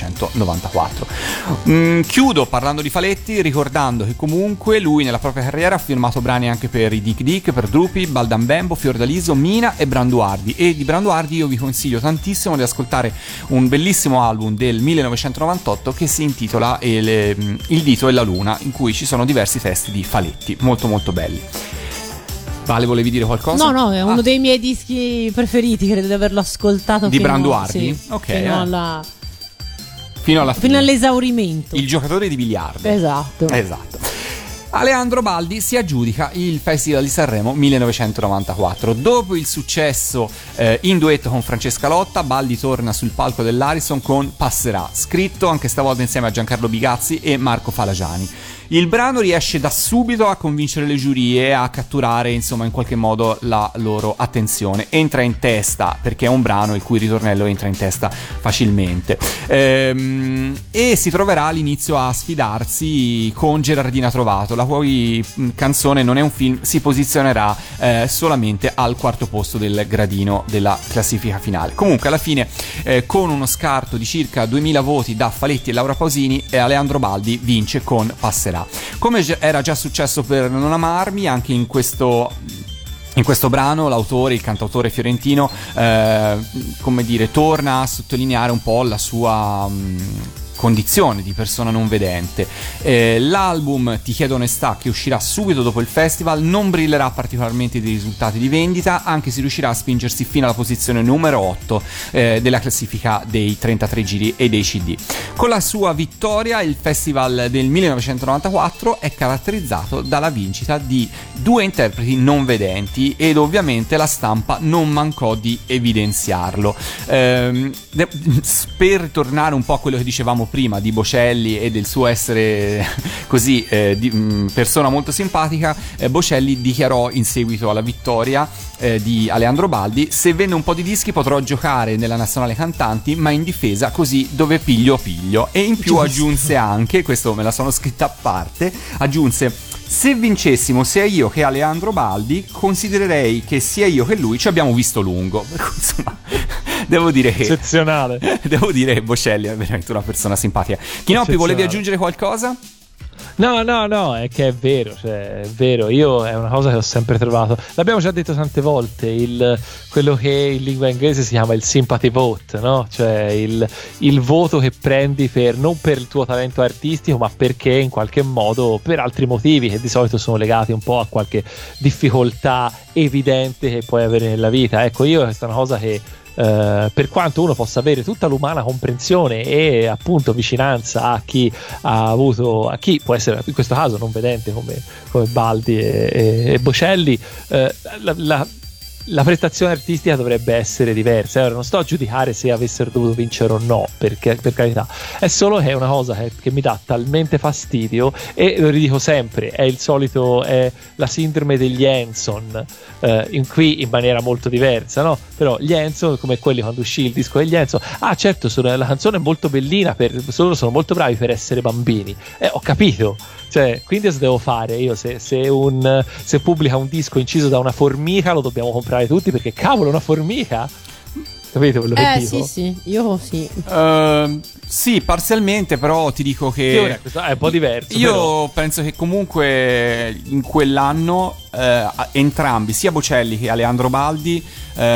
1994. Chiudo parlando di Faletti ricordando che comunque lui nella propria carriera ha firmato brani anche per i Dick Dick, per Drupi, Baldan Bembo, Fiordaliso, Mina e Branduardi, e di Branduardi io vi consiglio tantissimo di ascoltare un bellissimo album del 1998 che si intitola Il dito e la luna, in cui ci sono diversi testi di Faletti molto molto belli. Vale, volevi dire qualcosa? No, è uno dei miei dischi preferiti, credo di averlo ascoltato di Branduardi? Sì, ok, fino all'esaurimento. Il giocatore di biliardo. Esatto. Aleandro Baldi si aggiudica il Festival di Sanremo 1994. Dopo il successo in duetto con Francesca Lotta, Baldi torna sul palco dell'Ariston con Passerà, scritto anche stavolta insieme a Giancarlo Bigazzi e Marco Falagiani. Il brano riesce da subito a convincere le giurie, a catturare insomma in qualche modo la loro attenzione. Entra in testa, perché è un brano il cui ritornello entra in testa facilmente, e si troverà all'inizio a sfidarsi con Gerardina Trovato, la cui canzone Non è un film si posizionerà solamente al quarto posto del gradino della classifica finale. Comunque alla fine con uno scarto di circa 2000 voti da Faletti e Laura Pausini, Aleandro Baldi vince con Passerà. Come era già successo per Non amarmi, anche in questo brano l'autore, il cantautore fiorentino, torna a sottolineare un po' la sua condizione di persona non vedente. L'album Ti chiedo onestà, che uscirà subito dopo il festival, non brillerà particolarmente dei risultati di vendita, anche se riuscirà a spingersi fino alla posizione numero 8 della classifica dei 33 giri e dei CD. Con la sua vittoria il festival del 1994 è caratterizzato dalla vincita di 2 interpreti non vedenti, ed ovviamente la stampa non mancò di evidenziarlo. Per tornare un po' a quello che dicevamo prima di Bocelli e del suo essere così persona molto simpatica, Bocelli dichiarò in seguito alla vittoria di Aleandro Baldi: se vendo un po' di dischi potrò giocare nella nazionale cantanti, ma in difesa così dove piglio. E in più aggiunse anche, questo me la sono scritta a parte, aggiunse: se vincessimo sia io che Aleandro Baldi, considererei che sia io che lui ci abbiamo visto lungo. Insomma, devo dire che eccezionale. Devo dire che Bocelli è veramente una persona simpatica. Chinoppi, volevi aggiungere qualcosa? No, è che è vero, è vero. Io è una cosa che ho sempre trovato, l'abbiamo già detto tante volte, quello che in lingua inglese si chiama il sympathy vote, no? Cioè il voto che prendi non per il tuo talento artistico, ma perché in qualche modo per altri motivi che di solito sono legati un po' a qualche difficoltà evidente che puoi avere nella vita. Ecco, io questa è una cosa che per quanto uno possa avere tutta l'umana comprensione e appunto vicinanza a chi ha avuto, a chi può essere in questo caso non vedente come Baldi e Bocelli, la prestazione artistica dovrebbe essere diversa. Ora non sto a giudicare se avessero dovuto vincere o no, perché per carità, è solo che è una cosa che mi dà talmente fastidio, e lo ridico sempre, è la sindrome degli Hanson, qui in maniera molto diversa, no? Però gli Hanson, come quelli quando uscì il disco degli Hanson, certo, la canzone è molto bellina, sono molto bravi per essere bambini, ho capito. Cioè, quindi cosa devo fare? Io se pubblica un disco inciso da una formica lo dobbiamo comprare tutti, perché cavolo, una formica? Capite quello che dico? Sì, io sì. Sì, parzialmente, però ti dico che è un po' diverso. Io però penso che comunque in quell'anno entrambi, sia Bocelli che Aleandro Baldi,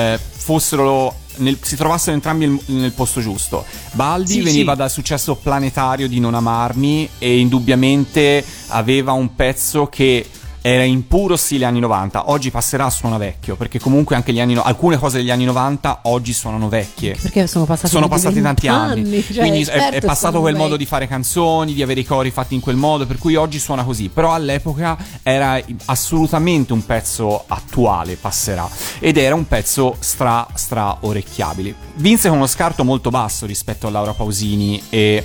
si trovassero entrambi nel posto giusto. Baldi veniva dal successo planetario di Non amarmi, e indubbiamente aveva un pezzo che era in puro stile anni 90. Oggi passerà a suona vecchio, perché comunque anche alcune cose degli anni 90 oggi suonano vecchie, perché sono passati tanti anni. Cioè, quindi è passato quel modo di fare canzoni, di avere i cori fatti in quel modo, per cui oggi suona così. Però all'epoca era assolutamente un pezzo attuale, passerà, ed era un pezzo stra orecchiabile. Vinse con uno scarto molto basso rispetto a Laura Pausini e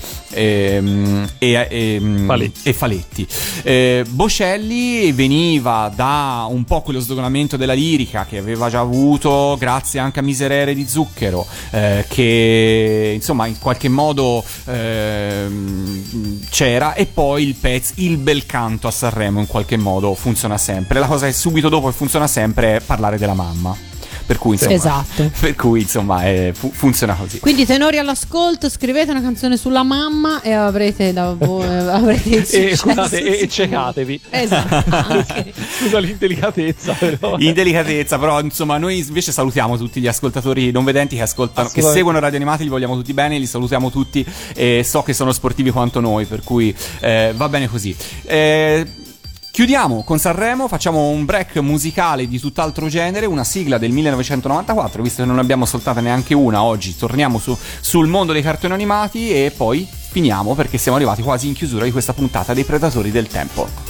Faletti. Bocelli veniva da un po' quello sdoganamento della lirica che aveva già avuto grazie anche a Miserere di Zucchero, che insomma in qualche modo c'era, e poi il bel canto a Sanremo in qualche modo funziona sempre. La cosa che subito dopo che funziona sempre è parlare della mamma. Per cui insomma, esatto. Per cui insomma funziona così. Quindi tenori all'ascolto, scrivete una canzone sulla mamma e avrete il successo. Scusate, e ciecatevi. Esatto. Scusa l'indelicatezza, però. Indelicatezza, però insomma noi invece salutiamo tutti gli ascoltatori non vedenti che ascoltano, che seguono Radio Animati, li vogliamo tutti bene, li salutiamo tutti, e so che sono sportivi quanto noi, per cui va bene così. Chiudiamo con Sanremo, facciamo un break musicale di tutt'altro genere, una sigla del 1994, visto che non abbiamo soltata neanche una oggi. Torniamo sul mondo dei cartoni animati e poi finiamo, perché siamo arrivati quasi in chiusura di questa puntata dei Predatori del Tempo.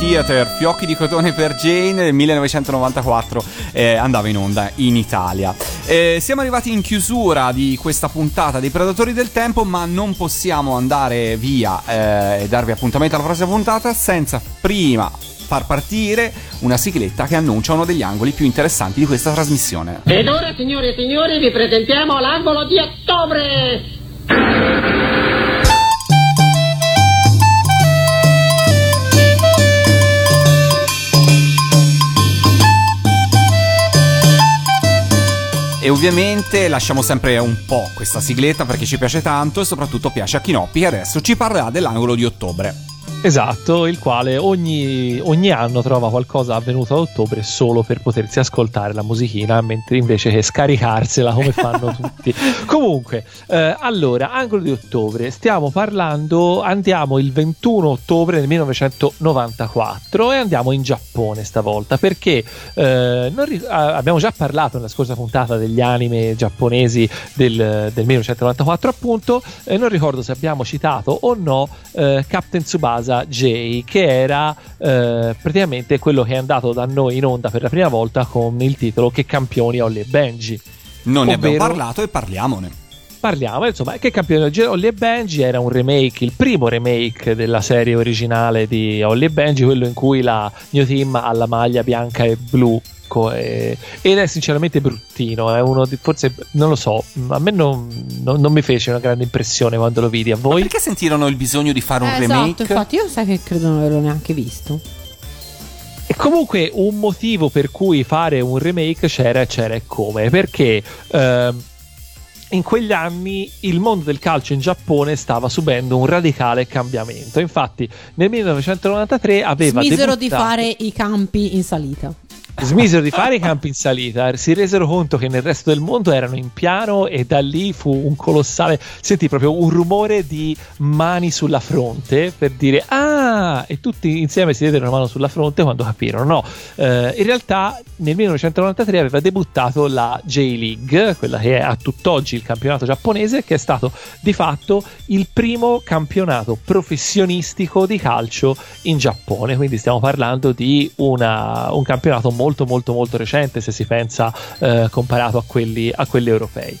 Theater, Fiocchi di cotone per Jane, nel 1994 andava in onda in Italia. Siamo arrivati in chiusura di questa puntata dei Predatori del Tempo, ma non possiamo andare via e darvi appuntamento alla prossima puntata senza prima far partire una sigletta che annuncia uno degli angoli più interessanti di questa trasmissione. Ed ora, signore e signori, vi presentiamo l'angolo di ottobre! E ovviamente lasciamo sempre un po' questa sigletta perché ci piace tanto e soprattutto piace a Chinoppi, che adesso ci parlerà dell'angolo di ottobre. Esatto, il quale ogni anno trova qualcosa avvenuto a ottobre solo per potersi ascoltare la musichina, mentre invece che scaricarsela come fanno tutti. Comunque, allora, angolo di ottobre, andiamo il 21 ottobre del 1994 e andiamo in Giappone stavolta, perché abbiamo già parlato nella scorsa puntata degli anime giapponesi del 1994 appunto, non ricordo se abbiamo citato o no Captain Tsubasa J, che era praticamente quello che è andato da noi in onda per la prima volta con il titolo Che campioni Holly e Benji. Non ne abbiamo parlato e parliamone. Parliamo, insomma, Che campioni Holly e Benji era un remake, il primo remake della serie originale di Holly e Benji, quello in cui la New Team ha la maglia bianca e blu. Ed è sinceramente bruttino, è uno di, forse non lo so, a me non mi fece una grande impressione quando lo vidi. A voi? Ma perché sentirono il bisogno di fare un remake? Esatto, infatti io sai che credo non l'avevo neanche visto. E comunque un motivo per cui fare un remake c'era e come, perché in quegli anni il mondo del calcio in Giappone stava subendo un radicale cambiamento. Infatti nel 1993 aveva smisero di fare i campi in salita. Smisero di fare i campi in salita, si resero conto che nel resto del mondo erano in piano e da lì fu un colossale, sentì proprio un rumore di mani sulla fronte per dire e tutti insieme si diedero una mano sulla fronte quando capirono no, in realtà nel 1993 aveva debuttato la J-League, quella che è a tutt'oggi il campionato giapponese, che è stato di fatto il primo campionato professionistico di calcio in Giappone, quindi stiamo parlando di un campionato molto recente se si pensa comparato a quelli europei.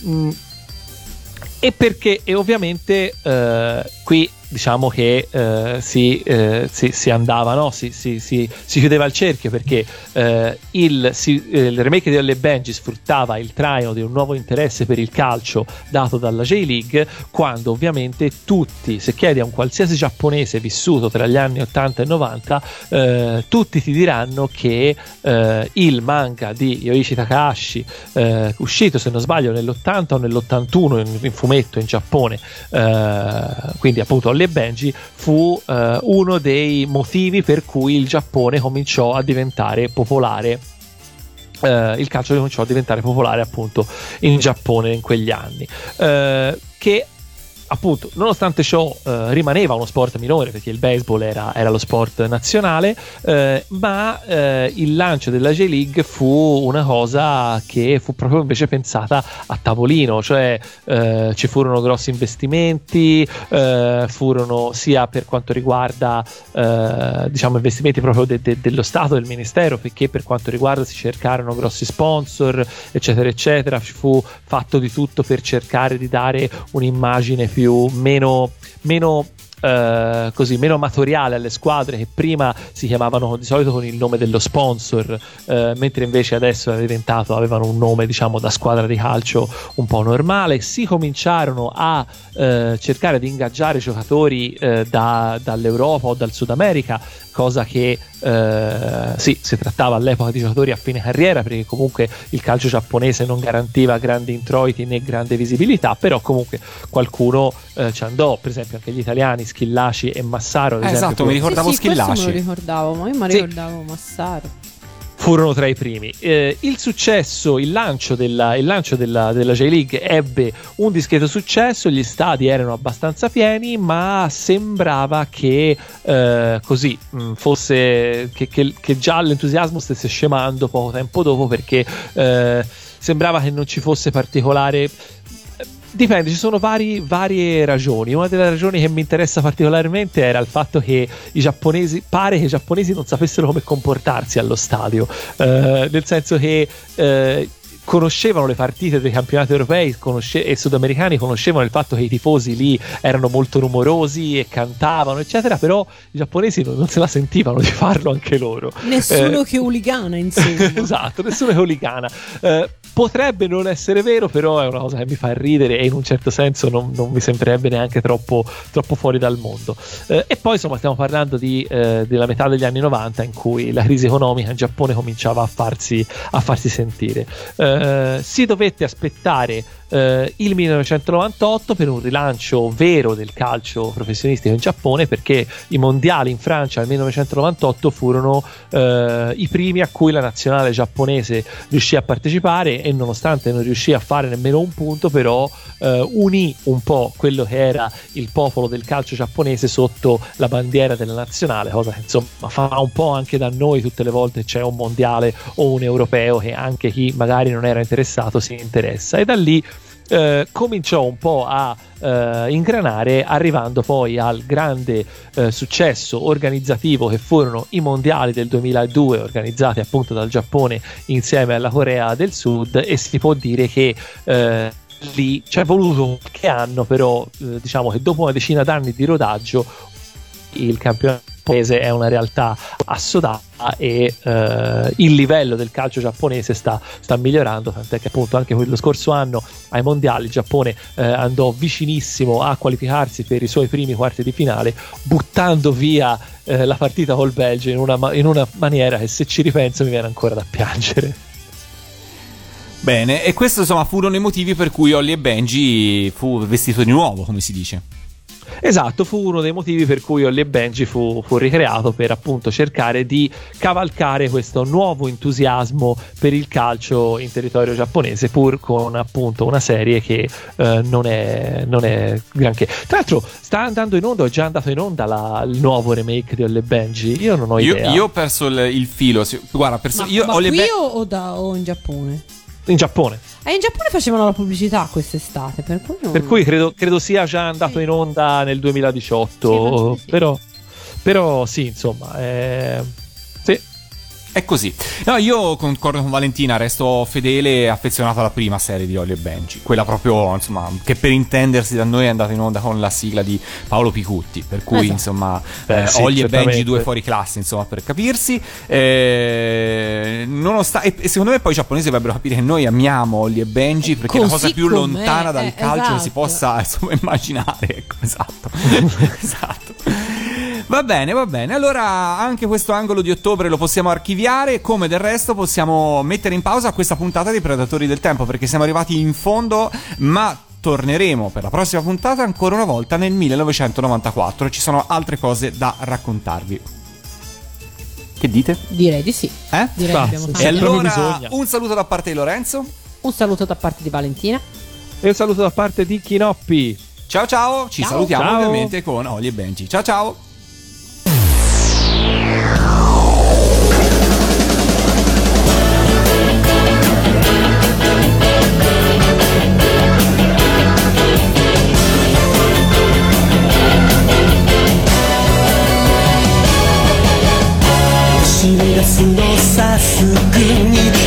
E perché? E ovviamente qui diciamo che si andava, no? Si chiudeva il cerchio, perché il remake di Holly e Benji sfruttava il traino di un nuovo interesse per il calcio dato dalla J-League, quando ovviamente tutti, se chiedi a un qualsiasi giapponese vissuto tra gli anni 80 e 90, tutti ti diranno che il manga di Yoichi Takahashi, uscito se non sbaglio nell'80 o nell'81 in fumetto in Giappone, quindi appunto Holly e Benji, fu uno dei motivi per cui il Giappone cominciò a diventare popolare, il calcio cominciò a diventare popolare appunto in Giappone in quegli anni, che appunto nonostante ciò rimaneva uno sport minore, perché il baseball era lo sport nazionale, ma il lancio della J-League fu una cosa che fu proprio invece pensata a tavolino, cioè ci furono grossi investimenti, furono sia per quanto riguarda diciamo investimenti proprio dello Stato, del Ministero, perché per quanto riguarda si cercarono grossi sponsor eccetera eccetera, ci fu fatto di tutto per cercare di dare un'immagine meno amatoriale alle squadre, che prima si chiamavano di solito con il nome dello sponsor, mentre invece adesso avevano un nome diciamo da squadra di calcio un po' normale. Si cominciarono a cercare di ingaggiare giocatori dall'Europa o dal Sud America, cosa che si trattava all'epoca di giocatori a fine carriera, perché comunque il calcio giapponese non garantiva grandi introiti né grande visibilità, però comunque qualcuno ci andò, per esempio anche gli italiani Schillaci e Massaro, ad esempio. Esatto, mi ricordavo Schillaci. Questo me lo ricordavo, ma io mi ricordavo Massaro. Furono tra i primi. Il successo, il lancio della J-League ebbe un discreto successo, gli stadi erano abbastanza pieni, ma sembrava che fosse che già l'entusiasmo stesse scemando poco tempo dopo, perché sembrava che non ci fosse particolare Dipende, ci sono varie ragioni. Una delle ragioni che mi interessa particolarmente era il fatto che pare che i giapponesi non sapessero come comportarsi allo stadio, nel senso che conoscevano le partite dei campionati europei e sudamericani, conoscevano il fatto che i tifosi lì erano molto rumorosi e cantavano eccetera, però i giapponesi non se la sentivano di farlo anche loro. Nessuno che hooligana, insomma. Esatto, nessuno che hooligana. Potrebbe non essere vero, però è una cosa che mi fa ridere e in un certo senso non mi sembrerebbe neanche troppo fuori dal mondo. E poi insomma stiamo parlando della metà degli anni 90, in cui la crisi economica in Giappone cominciava a farsi sentire. Si dovette aspettare il 1998 per un rilancio vero del calcio professionistico in Giappone, perché i mondiali in Francia nel 1998 furono i primi a cui la nazionale giapponese riuscì a partecipare, e nonostante non riuscì a fare nemmeno un punto, però unì un po' quello che era il popolo del calcio giapponese sotto la bandiera della nazionale, cosa che insomma fa un po' anche da noi tutte le volte che c'è un mondiale o un europeo, che anche chi magari non era interessato si interessa, e da lì cominciò un po' a ingranare, arrivando poi al grande successo organizzativo che furono i mondiali del 2002, organizzati appunto dal Giappone insieme alla Corea del Sud, e si può dire che lì ci è voluto qualche anno, però diciamo che dopo una decina d'anni di rodaggio il campionato giapponese è una realtà assodata, e il livello del calcio giapponese sta migliorando, tant'è che appunto anche lo scorso anno ai mondiali il Giappone andò vicinissimo a qualificarsi per i suoi primi quarti di finale, buttando via la partita col Belgio in una maniera che, se ci ripenso, mi viene ancora da piangere. Bene, e questo insomma furono i motivi per cui Holly e Benji fu vestito di nuovo, come si dice. Esatto, fu uno dei motivi per cui Holly e Benji fu ricreato, per appunto cercare di cavalcare questo nuovo entusiasmo per il calcio in territorio giapponese, pur con appunto una serie che non è granché. Tra l'altro sta andando in onda, o è già andato in onda il nuovo remake di Holly e Benji? Io non ho idea. Io ho perso il filo. Guarda, ma qui o in Giappone? In Giappone. In Giappone facevano la pubblicità quest'estate, per cui credo sia già andato in onda nel 2018, sì. Però sì, insomma, sì. È così. No, io concordo con Valentina, resto fedele e affezionato alla prima serie di Holly e Benji, quella proprio, insomma, che per intendersi da noi è andata in onda con la sigla di Paolo Picutti, per cui esatto. Insomma sì, Holly e Benji due fuori classe, insomma, per capirsi. E secondo me poi i giapponesi dovrebbero capire che noi amiamo Holly e Benji, perché è la cosa più lontana dal calcio esatto. Che si possa insomma immaginare, ecco, esatto. Esatto. Va bene. Allora anche questo angolo di ottobre lo possiamo archiviare, come del resto possiamo mettere in pausa questa puntata dei Predatori del Tempo, perché siamo arrivati in fondo, ma torneremo per la prossima puntata ancora una volta nel 1994. Ci sono altre cose da raccontarvi. Che dite? Direi di sì. Direi che abbiamo e allora un saluto da parte di Lorenzo, un saluto da parte di Valentina e un saluto da parte di Chinoppi. Ciao. Ci salutiamo ovviamente con Holly e Benji. Ciao. 「走り出すのさすぐに